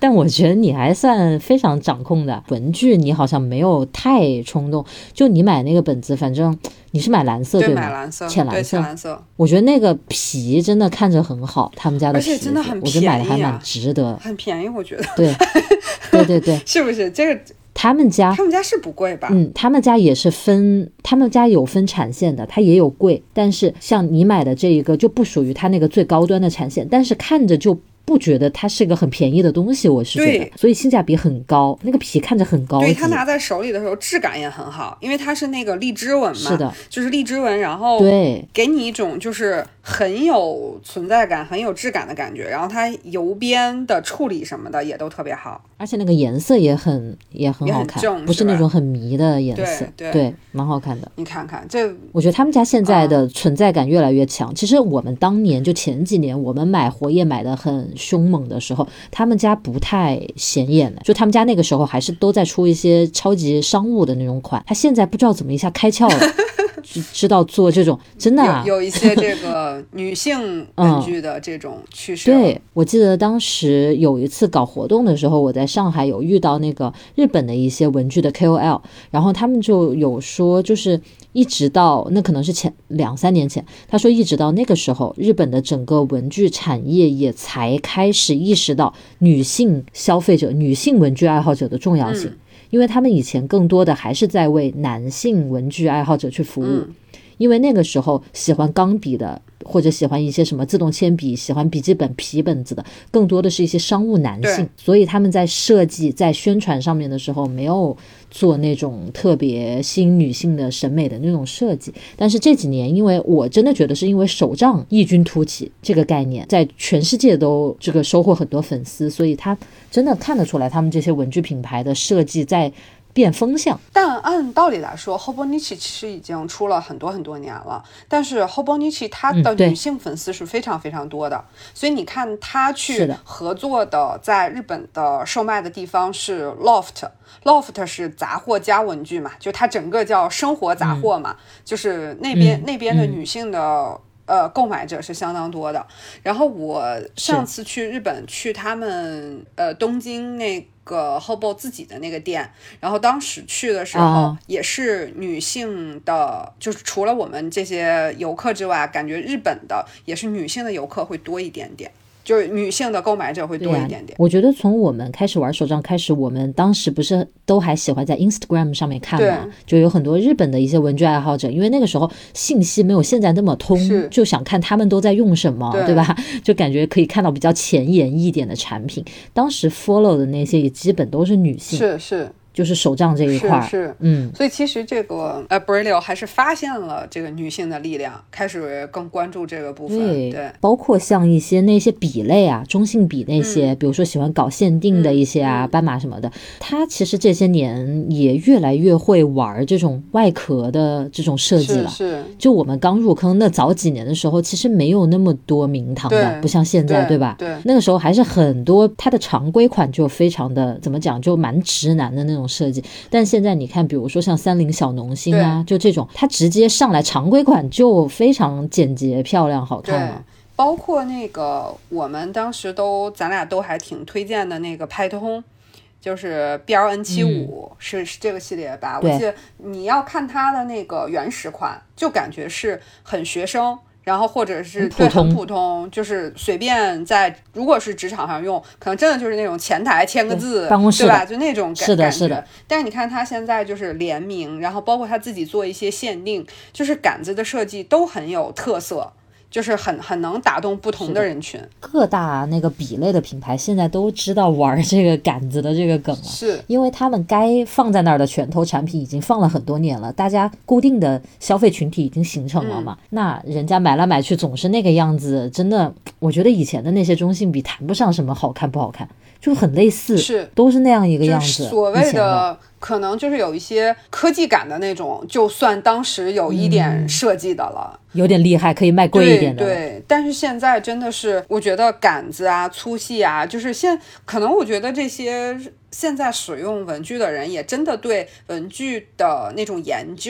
但我觉得你还算非常掌控的。文具你好像没有太冲动，就你买那个本子，反正你是买蓝色对吗？ 买蓝色， 浅蓝色。 浅蓝色。 我觉得那个皮真的看着很好，他们家的皮， 而且真的很便宜、啊、 我觉得买的还蛮值得， 很便宜，我觉得。 对，对对对， 是不是这个？ 他们家， 他们家是不贵吧？ 嗯，他们家也是分，他们家有分产线的，它也有贵，但是像你买的这一个就不属于它那个最高端的产线，但是看着就不觉得它是个很便宜的东西，我是觉得，所以性价比很高，那个皮看着很高级。 对，它拿在手里的时候质感也很好，因为它是那个荔枝纹嘛， 是的， 就是荔枝纹，然后对， 给你一种就是很有存在感、很有质感的感觉，然后它邮边的处理什么的也都特别好， 而且那个颜色也很也很好看， 正不是那种很迷的颜色， 对对, 对，蛮好看的。 你看看这， 我觉得他们家现在的存在感越来越强。嗯、其实我们当年就前几年我们买活页买的很凶猛的时候，他们家不太显眼的，就他们家那个时候还是都在出一些超级商务的那种款，他现在不知道怎么一下开窍了。知道做这种真的、啊、 有, 有一些这个女性文具的这种趋势、 嗯、对，我记得当时有一次搞活动的时候，我在上海有遇到那个日本的一些文具的 K O L， 然后他们就有说，就是一直到那可能是前两三年前，他说一直到那个时候，日本的整个文具产业也才开始意识到女性消费者、女性文具爱好者的重要性、嗯，因为他们以前更多的还是在为男性文具爱好者去服务、嗯、因为那个时候喜欢钢笔的或者喜欢一些什么自动铅笔，喜欢笔记本皮本子的更多的是一些商务男性，所以他们在设计在宣传上面的时候没有做那种特别吸引女性的审美的那种设计。但是这几年因为我真的觉得是因为手账异军突起这个概念在全世界都这个收获很多粉丝，所以他真的看得出来他们这些文具品牌的设计在变风向。 但按道理来说 Hobonichi 其实已经出了很多很多年了，但是 Hobonichi 它的女性粉丝是非常非常多的、嗯、所以你看它去合作的在日本的售卖的地方是 Loft Loft 是杂货加文具嘛，就它整个叫生活杂货嘛、嗯、就是那边、嗯、那边的女性的、嗯呃，购买者是相当多的。然后我上次去日本去他们呃东京那个 Hobo 自己的那个店，然后当时去的时候也是女性的、哦、就是除了我们这些游客之外，感觉日本的也是女性的游客会多一点点，就是女性的购买者会多一点点、啊、 我觉得从我们开始玩手账开始，我们当时不是都还喜欢在 Instagram 上面看嘛，就有很多日本的一些文具爱好者，因为那个时候信息没有现在那么通，就想看他们都在用什么， 对, 对吧，就感觉可以看到比较前沿一点的产品。当时 follow 的那些也基本都是女性， 是是就是手账这一块， 是是， 嗯， 所以其实这个呃 Brilio 还是发现了这个女性的力量，开始更关注这个部分， 对, 对，包括像一些那些笔类啊，中性笔那些、嗯、比如说喜欢搞限定的一些啊、嗯、斑马什么的，他其实这些年也越来越会玩这种外壳的这种设计了。 是是， 就我们刚入坑那早几年的时候，其实没有那么多名堂的，不像现在， 对, 对吧？ 对， 那个时候还是很多，它的常规款就非常的怎么讲，就蛮直男的那种设计。但现在你看比如说像三菱小农星啊，就这种它直接上来常规款就非常简洁漂亮好看了。 包括那个我们当时都咱俩都还挺推荐的那个派通，就是 B L N 七十五、嗯、是, 是这个系列吧，我记得你要看它的那个原始款就感觉是很学生，然后或者是对很普通，就是随便在如果是职场上用，可能真的就是那种前台签个字， 办公室对吧？就那种感是的是的。 但是你看他现在就是联名，然后包括他自己做一些限定，就是杆子的设计都很有特色，就是很很能打动不同的人群。 各大那个笔类的品牌现在都知道玩这个杆子的这个梗了， 是因为他们该放在那儿的拳头产品已经放了很多年了，大家固定的消费群体已经形成了嘛、嗯、那人家买来买去总是那个样子，真的我觉得以前的那些中性笔谈不上什么好看不好看，就很类似， 是都是那样一个样子、 就是、所谓的可能就是有一些科技感的那种，就算当时有一点设计的了、嗯、 有点厉害可以卖贵一点的， 对, 对但是现在真的是我觉得杆子啊粗细啊，就是现可能我觉得这些现在使用文具的人也真的对文具的那种研究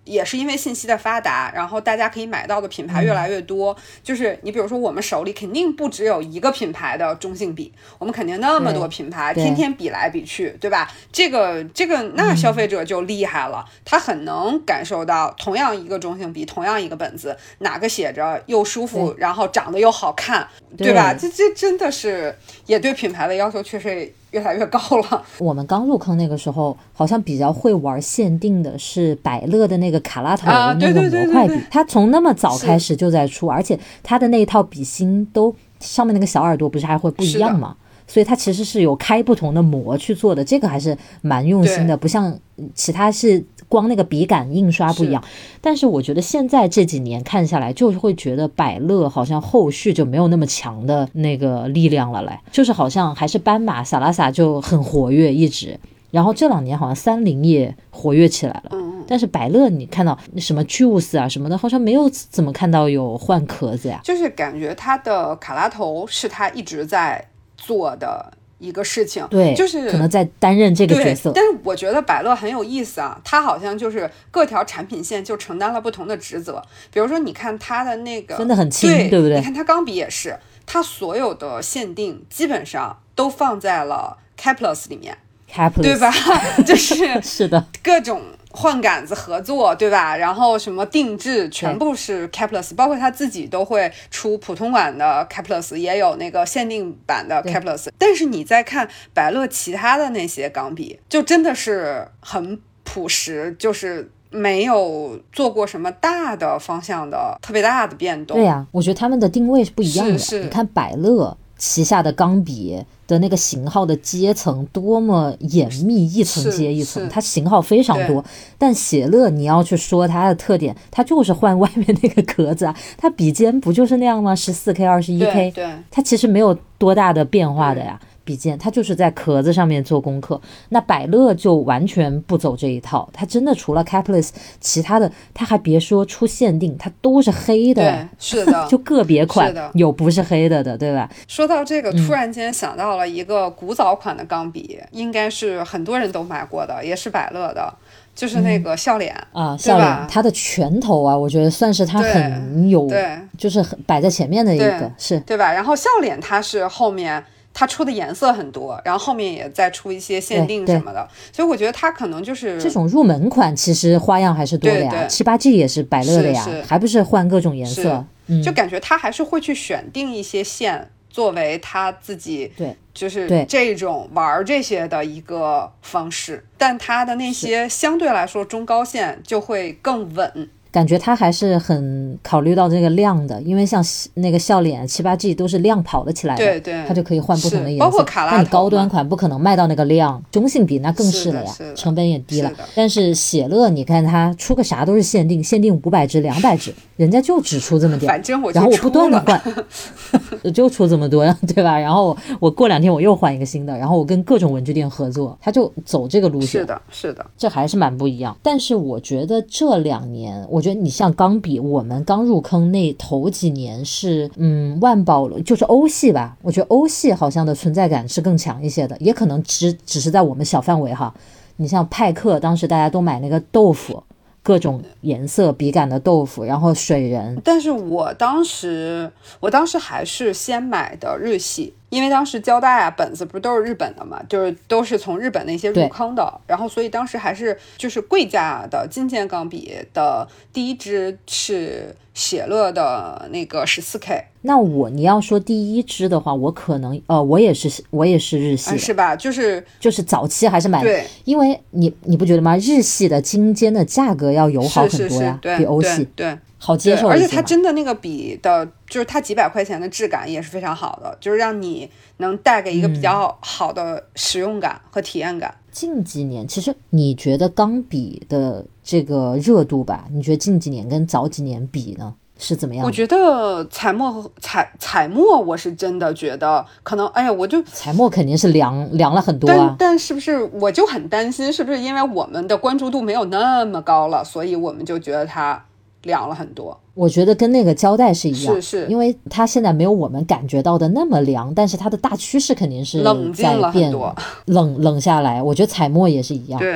也是因为信息的发达，然后大家可以买到的品牌越来越多、嗯、就是你比如说我们手里肯定不只有一个品牌的中性笔，我们肯定那么多品牌天天比来比去，对吧？这个这个那消费者就厉害了、嗯、他很能感受到同样一个中性笔，同样一个本子，哪个写着又舒服然后长得又好看， 对, 对吧？这这真的是也对品牌的要求确实越来越高了。 我们刚入坑那个时候好像比较会玩限定的是百乐的那个卡拉头、啊、那个模块笔，它从那么早开始就在出，而且它的那一套笔芯都上面那个小耳朵不是还会不一样吗？所以它其实是有开不同的模去做的，这个还是蛮用心的，不像其他是光那个笔杆印刷不一样。但是我觉得现在这几年看下来，就会觉得百乐好像后续就没有那么强的那个力量了嘞，就是好像还是斑马萨拉萨就很活跃一直，然后这两年好像三菱也活跃起来了，嗯，但是百乐你看到什么 Juice 啊什么的，好像没有怎么看到有换壳子呀。 就是感觉它的卡拉头是它一直在做的一个事情， 对， 就是可能在担任这个角色。 但是我觉得百乐很有意思啊，它好像就是各条产品线就承担了不同的职责。比如说你看它的那个分得很清， 对, 对不对？ 你看它钢笔也是，它所有的限定基本上都放在了 Caplus 里面， Caplus 对吧？就是是的， 各种换杆子合作，对吧？然后什么定制全部是 Caplus， 包括他自己都会出普通版的 Caplus， 也有那个限定版的 Caplus。但是你再看百乐其他的那些钢笔，就真的是很朴实，就是没有做过什么大的方向的特别大的变动。 对呀、啊，我觉得他们的定位是不一样的。 是是， 你看百乐旗下的钢笔的那个型号的阶层多么严密，一层接一层，它型号非常多。但写乐你要去说它的特点，它就是换外面那个壳子啊，它笔尖不就是那样吗？ 十四K 二十一K， 对， 它其实没有多大的变化的呀。笔尖它就是在壳子上面做功课，那百乐就完全不走这一套，它真的除了 Caplus 其他的它还别说出限定，它都是黑的。 对，是的就个别款有不是黑的的，对吧？ 说到这个突然间想到了一个古早款的钢笔、嗯、应该是很多人都买过的，也是百乐的，就是那个笑脸、 嗯、啊，笑脸它的拳头啊，我觉得算是它很有， 对，就是摆在前面的一个，是对吧？然后笑脸它是后面它出的颜色很多，然后后面也再出一些限定什么的，所以我觉得它可能就是这种入门款，其实花样还是多的呀。七八 G 也是百乐的呀， 是是还不是换各种颜色、嗯、 就感觉它还是会去选定一些线作为他自己对就是这种玩这些的一个方式，但它的那些相对来说中高线就会更稳， 感觉他还是很考虑到这个量的，因为像那个笑脸七八 G 都是量跑得起来的， 对对， 它就可以换不同的颜色， 包括卡拉头， 那你高端款不可能卖到那个量，中性笔那更是了呀，成本也低了。但是写乐你看它出个啥都是限定，限定五百支两百支，人家就只出这么点， 反正我就然后我不断的换就出这么多，对吧？然后我过两天我又换一个新的，然后我跟各种文具店合作，他就走这个路线， 是的是的， 这还是蛮不一样。但是我觉得这两年我觉得你像钢笔，我们刚入坑那头几年是嗯万宝就是欧系吧，我觉得欧系好像的存在感是更强一些的，也可能只只是在我们小范围哈。你像派克当时大家都买那个豆腐，各种颜色笔杆的豆腐，然后水人， 但是我当时我当时还是先买的日系，因为当时胶带啊本子不都是日本的嘛，就是都是从日本那些入坑的，然后所以当时还是就是贵价的金剑钢笔的第一支是写乐的那个 十四K。 那我你要说第一支的话，我可能呃我也是我也是日系的、 啊、是吧，就是就是早期还是买的， 对， 因为你你不觉得吗？日系的金尖的价格要友好很多呀， 是是是， 比欧系对对好接受一些， 而且它真的那个笔的就是它几百块钱的质感也是非常好的，就是让你能带给一个比较好的使用感和体验感、嗯、 近几年其实你觉得钢笔的这个热度吧，你觉得近几年跟早几年比呢是怎么样？ 我觉得彩墨彩彩墨我是真的觉得可能，哎呀，我就彩墨肯定是凉凉了很多啊， 但但是不是我就很担心是不是因为我们的关注度没有那么高了，所以我们就觉得它凉了很多。 我觉得跟那个胶带是一样， 是是， 因为它现在没有我们感觉到的那么凉，但是它的大趋势肯定是冷静了很多， 冷冷下来。我觉得彩墨也是一样， 对，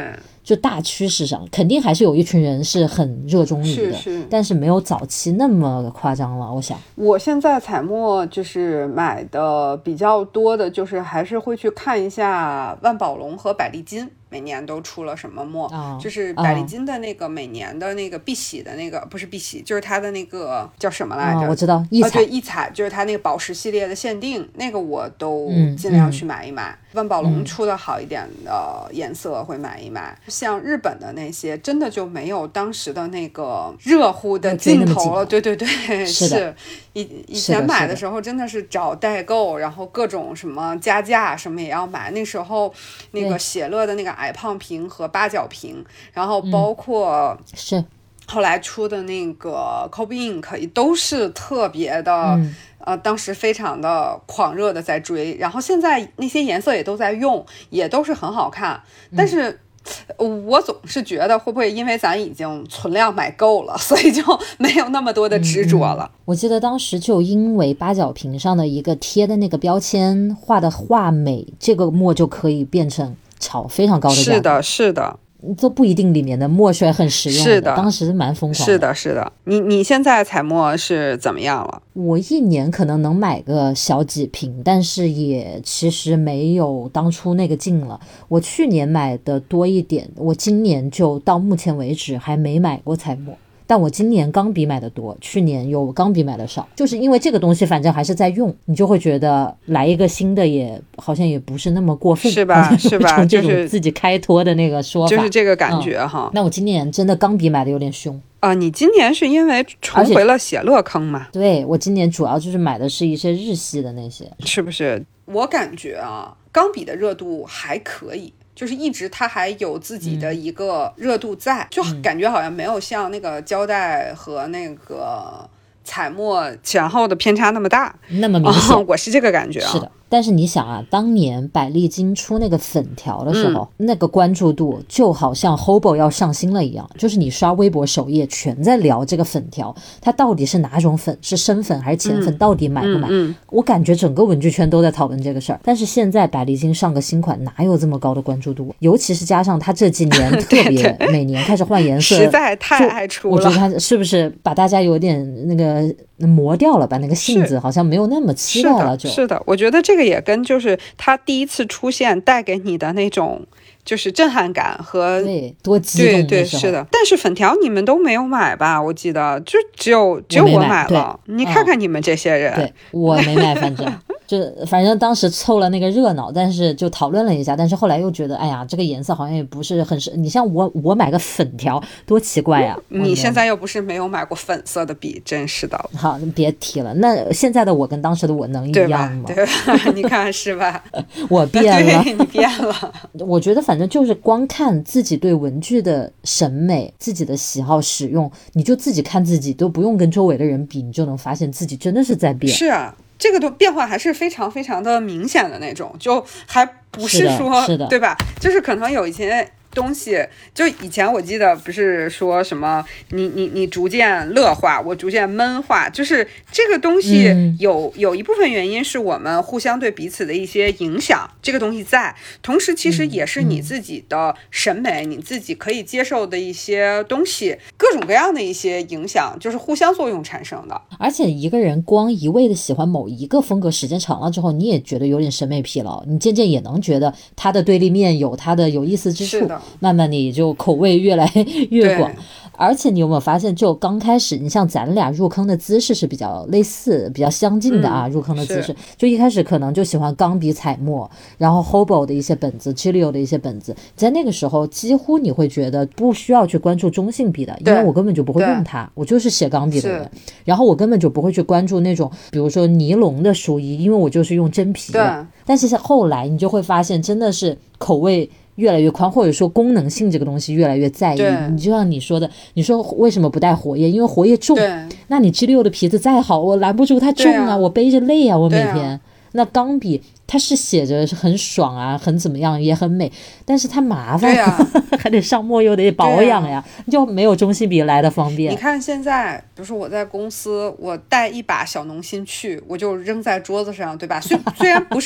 就大趋势上肯定还是有一群人是很热衷于的， 是是， 但是没有早期那么夸张了。我想我现在彩墨就是买的比较多的，就是还是会去看一下万宝龙和百利金每年都出了什么墨、 哦、 就是百利金的那个每年的那个碧玺的那个、哦、不是碧玺，就是它的那个叫什么来着、 哦、我知道异彩、 哦、对异彩，就是它那个宝石系列的限定，那个我都尽量去买一买、嗯嗯、万宝龙出的好一点的颜色会买一买、嗯、像日本的那些真的就没有当时的那个热乎的劲头了，对对对， 是的， 是以以前买的时候真的是找代购，然后各种什么加价什么也要买，那时候那个喜乐的那个矮胖瓶和八角瓶，然后包括是后来出的那个 Kobe Ink 都是特别的、嗯、呃，当时非常的狂热的在追，然后现在那些颜色也都在用，也都是很好看，但是、嗯我总是觉得会不会因为咱已经存量买够了，所以就没有那么多的执着了、 嗯、我记得当时就因为八角瓶上的一个贴的那个标签画的画美，这个墨就可以变成炒非常高的价格。 是的是的， 都不一定里面的墨水很实用的， 是的， 当时蛮疯狂的。 是的是的，你你现在彩墨是怎么样了？ 我一年可能能买个小几瓶，但是也其实没有当初那个劲了。我去年买的多一点，我今年就到目前为止还没买过彩墨，但我今年钢笔买的多，去年有钢笔买的少，就是因为这个东西反正还是在用，你就会觉得来一个新的也好像也不是那么过分， 是吧是吧， 这种自己开脱的那个说法就是这个感觉、嗯、哈。 那我今年真的钢笔买的有点凶啊、呃，你今年是因为重回了写乐坑吗？ 对，我今年主要就是买的是一些日系的那些， 是不是？我感觉啊，钢笔的热度还可以，就是一直它还有自己的一个热度在、嗯、就感觉好像没有像那个胶带和那个彩墨前后的偏差那么大， 那么明显、 哦、我是这个感觉啊。 是的，但是你想啊，当年百利金出那个粉条的时候、嗯、那个关注度就好像 Hobo 要上新了一样，就是你刷微博首页全在聊这个粉条，它到底是哪种粉，是生粉还是浅粉、嗯、到底买不买、嗯嗯、我感觉整个文具圈都在讨论这个事儿。但是现在百利金上个新款哪有这么高的关注度，尤其是加上它这几年特别每年开始换颜色实在太爱出了， 我觉得它是不是把大家有点那个磨掉了，把那个性子好像没有那么期待了，就是是的，我觉得这个也跟就是它第一次出现带给你的那种就是震撼感和对多激动的时候， 对对是的。但是粉条你们都没有买吧？我记得就只有只有我买了，你看看你们这些人， 嗯、对我没买，反正就反正当时凑了那个热闹，但是就讨论了一下，但是后来又觉得哎呀这个颜色好像也不是很适，你像我我买个粉条多奇怪呀、 嗯、你现在又不是没有买过粉色的笔，真是的。 好别提了，那现在的我跟当时的我能一样吗？ 对吧，对吧你看是吧我变了对你变了我觉得反正就是光看自己对文具的审美自己的喜好使用，你就自己看自己都不用跟周围的人比，你就能发现自己真的是在变。 是啊，这个都变化还是非常非常的明显的那种，就还不是说是的， 对吧？就是可能有一些东西，就以前我记得不是说什么你你你逐渐乐化，我逐渐闷化，就是这个东西有、嗯、有一部分原因是我们互相对彼此的一些影响，这个东西在，同时其实也是你自己的审美、嗯嗯、你自己可以接受的一些东西，各种各样的一些影响就是互相作用产生的。 而且一个人光一味的喜欢某一个风格时间长了之后，你也觉得有点审美疲劳，你渐渐也能觉得它的对立面有它的有意思之处，慢慢你就口味越来越广。而且你有没有发现，就刚开始你像咱俩入坑的姿势是比较类似比较相近的啊、嗯、入坑的姿势，就一开始可能就喜欢钢笔彩墨，然后 Hobo 的一些本子 Gillio 的一些本子，在那个时候几乎你会觉得不需要去关注中性笔的，因为我根本就不会用它，我就是写钢笔的人，然后我根本就不会去关注那种比如说尼龙的书衣，因为我就是用真皮的。但是后来你就会发现真的是口味越来越宽，或者说功能性这个东西越来越在意。你就像你说的，你说为什么不带活页，因为活页重，那你 G 六 的皮子再好我拦不住它重 啊, 啊我背着累啊我每天、啊、那钢笔它是写着很爽啊很怎么样也很美，但是它麻烦、啊、还得上墨又得保养呀、啊、就没有中性笔来的方便。 你看现在比如说我在公司我带一把小农心去我就扔在桌子上，对吧？虽虽然不是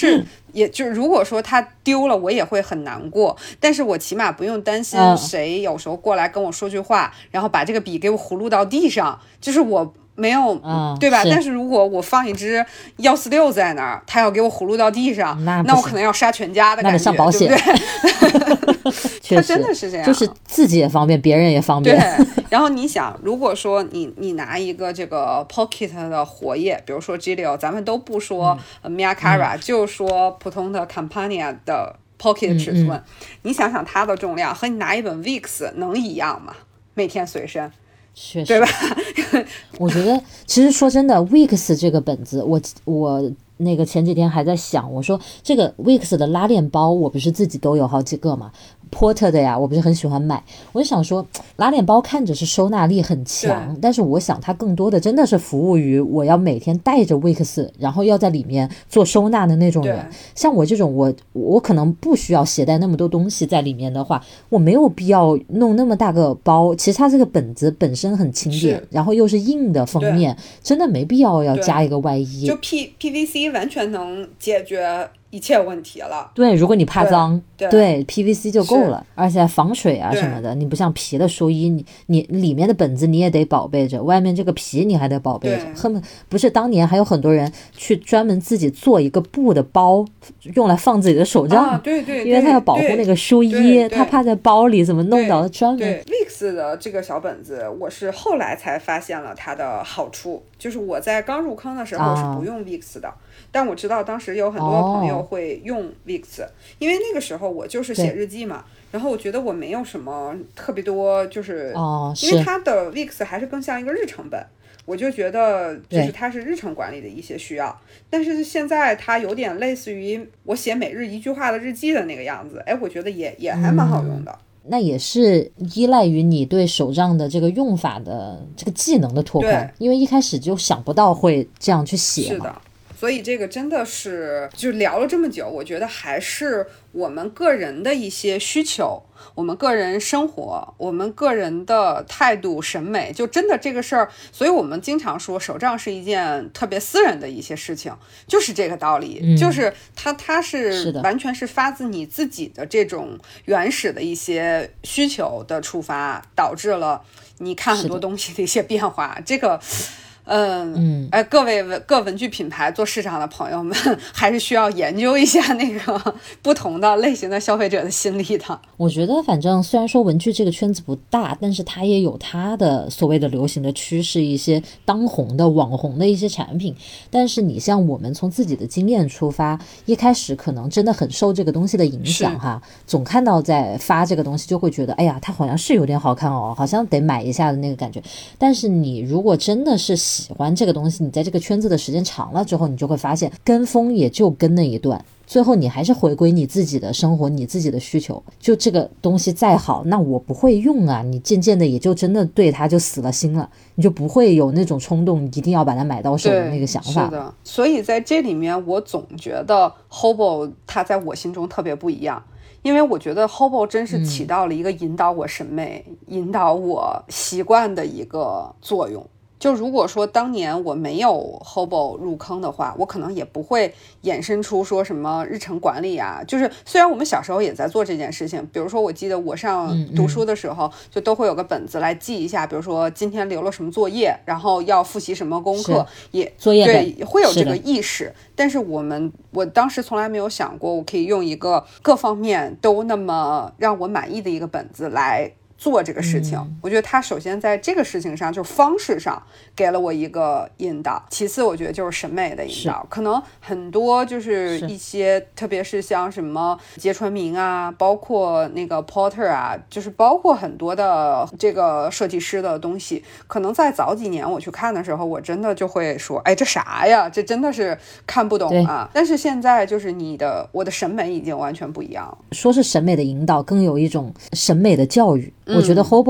也就是如果说它丢了，我也会很难过，但是我起码不用担心谁有时候过来跟我说句话，嗯、然后把这个笔给我葫芦到地上，就是我没有， 嗯、 对吧？ 是但是如果我放一支幺四六在那儿，他要给我葫芦到地上， 那那我可能要杀全家的感觉， 那得上保险， 对不对？ 他真的是这样， 就是自己也方便，别人也方便。 对，然后你想，如果说你你拿一个这个 Pocket 的活页，比如说 Giglio， 咱们都不说 Mia Cara，、嗯、就说普通的 Campania 的 Pocket 尺寸、嗯嗯，你想想它的重量和你拿一本 Vicks 能一样吗？每天随身。 确实， 对吧？ 我觉得，其实说真的 ，Vicks 这个本子，我我那个前几天还在想，我说这个 Vicks 的拉链包，我不是自己都有好几个嘛 ，Porter 的呀，我不是很喜欢买。我就想说，拉链包看着是收纳力很强，但是我想它更多的真的是服务于我要每天带着 Vicks， 然后要在里面做收纳的那种人。像我这种，我我可能不需要携带那么多东西在里面的话，我没有必要弄那么大个包。其实它这个本子本身很轻便，然后又是硬的封面，真的没必要要加一个外衣。 就 P PVC 完全能解决一切问题了。 对，如果你怕脏， 对, 对 P V C 就够了，而且防水啊什么的。你不像皮的收衣，你你里面的本子你也得宝贝着，外面这个皮你还得宝贝着。恨不不是当年还有很多人去专门自己做一个布的包，用来放自己的手账。 啊、对, 对, 对， 因为他要保护那个收衣，他怕在包里怎么弄到专门。 对 Vicks 的这个小本子，我是后来才发现了它的好处，就是我在刚入坑的时候是不用 Vicks 的。啊，但我知道当时有很多朋友会用 Vicks，、哦、因为那个时候我就是写日记嘛，然后我觉得我没有什么特别多，就是、 哦、 因为它的 Vicks 还是更像一个日程本，我就觉得就是它是日程管理的一些需要，但是现在它有点类似于我写每日一句话的日记的那个样子，哎，我觉得也也还蛮好用的。 嗯，那也是依赖于你对手账的这个用法的这个技能的拓宽，因为一开始就想不到会这样去写嘛。 是的，所以这个真的是就聊了这么久，我觉得还是我们个人的一些需求，我们个人生活，我们个人的态度审美，就真的这个事儿，所以我们经常说手账是一件特别私人的一些事情，就是这个道理、嗯、就是它它是完全是发自你自己的这种原始的一些需求的触发，导致了你看很多东西的一些变化。这个嗯嗯，哎，各位文各文具品牌做市场的朋友们，还是需要研究一下那个不同的类型的消费者的心理的。 我觉得，反正虽然说文具这个圈子不大，但是它也有它的所谓的流行的趋势，一些当红的网红的一些产品。但是你像我们从自己的经验出发，一开始可能真的很受这个东西的影响哈，总看到在发这个东西，就会觉得，哎呀，它好像是有点好看哦，好像得买一下的那个感觉。但是你如果真的是喜欢这个东西，你在这个圈子的时间长了之后，你就会发现跟风也就跟那一段，最后你还是回归你自己的生活，你自己的需求。就这个东西再好，那我不会用啊，你渐渐的也就真的对它就死了心了，你就不会有那种冲动一定要把它买到手的那个想法。 是的，所以在这里面我总觉得 Hobo 它在我心中特别不一样，因为我觉得 Hobo 真是起到了一个引导我审美、嗯、引导我习惯的一个作用。就如果说当年我没有 Hobo 入坑的话，我可能也不会衍生出说什么日程管理啊，就是虽然我们小时候也在做这件事情，比如说我记得我上读书的时候、嗯嗯、就都会有个本子来记一下，比如说今天留了什么作业，然后要复习什么功课，也作业对会有这个意识。但是我们我当时从来没有想过我可以用一个各方面都那么让我满意的一个本子来做这个事情、嗯、我觉得他首先在这个事情上就是方式上给了我一个引导，其次我觉得就是审美的引导。可能很多就是一些特别是像什么芥川明啊，包括那个 Porter 啊，就是包括很多的这个设计师的东西，可能在早几年我去看的时候，我真的就会说，哎，这啥呀，这真的是看不懂啊。但是现在就是你的我的审美已经完全不一样了， 说是审美的引导，更有一种审美的教育。我觉得 Hobo 它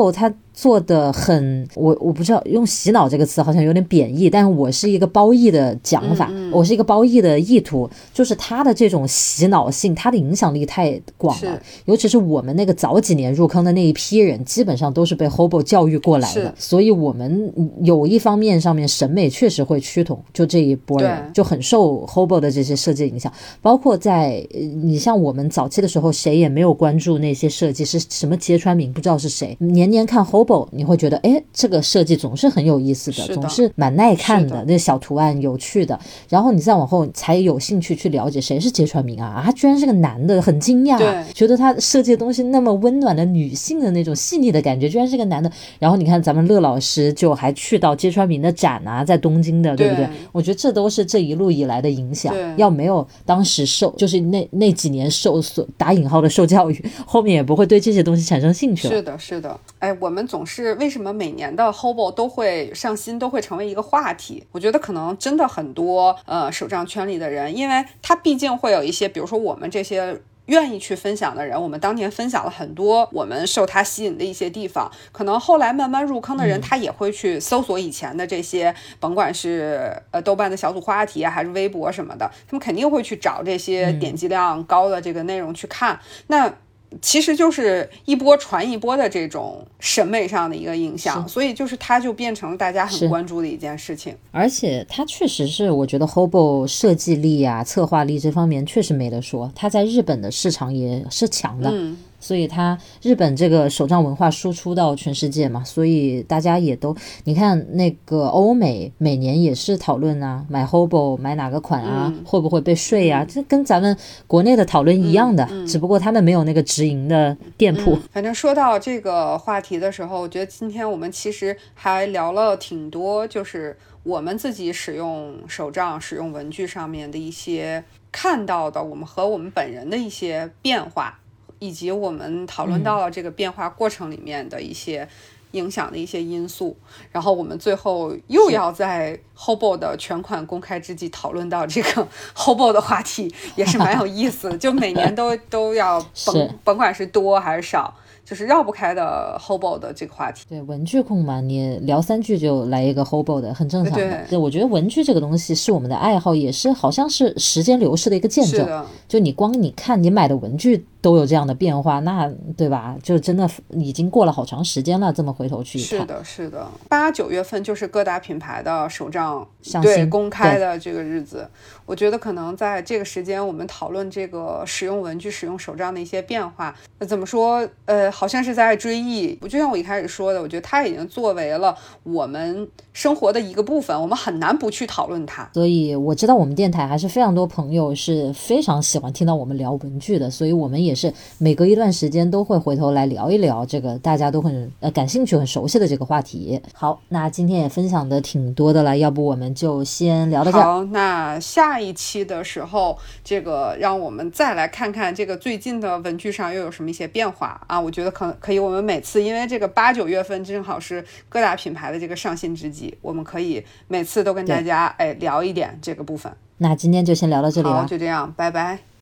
做的很，我我不知道用洗脑这个词好像有点贬义，但是我是一个褒义的讲法， 嗯嗯我是一个褒义的意图，就是它的这种洗脑性，它的影响力太广了，尤其是我们那个早几年入坑的那一批人，基本上都是被 Hobo 教育过来的，所以我们有一方面上面审美确实会趋同，就这一波人就很受 Hobo 的这些设计影响，包括在你像我们早期的时候，谁也没有关注那些设计是什么揭穿明不知道是谁，年年看 Hobo 你会觉得哎，这个设计总是很有意思的， 是的总是蛮耐看的，那小图案有趣的，然后你再往后才有兴趣去了解谁是揭穿明啊，他居然是个男的，很惊讶，觉得他设计的东西那么温暖的女性的那种细腻的感觉，居然是个男的。然后你看咱们乐老师就还去到揭穿明的展啊，在东京的，对不对？我觉得这都是这一路以来的影响，要没有当时受就是那那几年受打引号的受教育，后面也不会对这些东西产生兴趣了。 是的是的，哎，我们总是为什么每年的 Hobo 都会上新，都会成为一个话题，我觉得可能真的很多呃手账圈里的人，因为他毕竟会有一些比如说我们这些愿意去分享的人，我们当年分享了很多我们受他吸引的一些地方，可能后来慢慢入坑的人、嗯、他也会去搜索以前的这些，甭管是呃豆瓣的小组话题啊还是微博什么的，他们肯定会去找这些点击量高的这个内容去看、嗯、那其实就是一波传一波的这种审美上的一个影响，所以就是它就变成了大家很关注的一件事情。 而且它确实是我觉得 Hobo 设计力啊策划力这方面确实没得说，它在日本的市场也是强的、嗯，所以它日本这个手账文化输出到全世界嘛，所以大家也都你看那个欧美每年也是讨论啊，买 Hobo 买哪个款啊、嗯、会不会被税啊、嗯、这跟咱们国内的讨论一样的、嗯嗯、只不过他们没有那个直营的店铺、嗯、 反正说到这个话题的时候，我觉得今天我们其实还聊了挺多，就是我们自己使用手账使用文具上面的一些看到的我们和我们本人的一些变化，以及我们讨论到了这个变化过程里面的一些影响的一些因素、嗯、然后我们最后又要在 Hobo 的全款公开之际讨论到这个 Hobo 的话题，也是蛮有意思的就每年都都要甭甭管是多还是少，就是绕不开的 Hobo 的这个话题。 对，文具控嘛，你聊三句就来一个 Hobo 的，很正常的。对，我觉得文具这个东西是我们的爱好，也是好像是时间流逝的一个见证。就你光你看你买的文具都有这样的变化，那对吧？就真的已经过了好长时间了，这么回头去看。 是的，是的。八九月份就是各大品牌的手账对公开的这个日子，我觉得可能在这个时间我们讨论这个使用文具使用手账的一些变化，怎么说呃，好像是在追忆，就像我一开始说的，我觉得它已经作为了我们生活的一个部分，我们很难不去讨论它。 所以我知道我们电台还是非常多朋友是非常喜欢听到我们聊文具的，所以我们也是每隔一段时间都会回头来聊一聊这个大家都很呃感兴趣很熟悉的这个话题。好，那今天也分享的挺多的了，要不我们就先聊到这儿。 好，那下一期的时候，这个让我们再来看看这个最近的文具上又有什么一些变化啊？我觉得可可以，我们每次因为这个八九月份正好是各大品牌的这个上新之际，我们可以每次都跟大家哎聊一点这个部分。 那今天就先聊到这里了， 好，就这样，拜拜。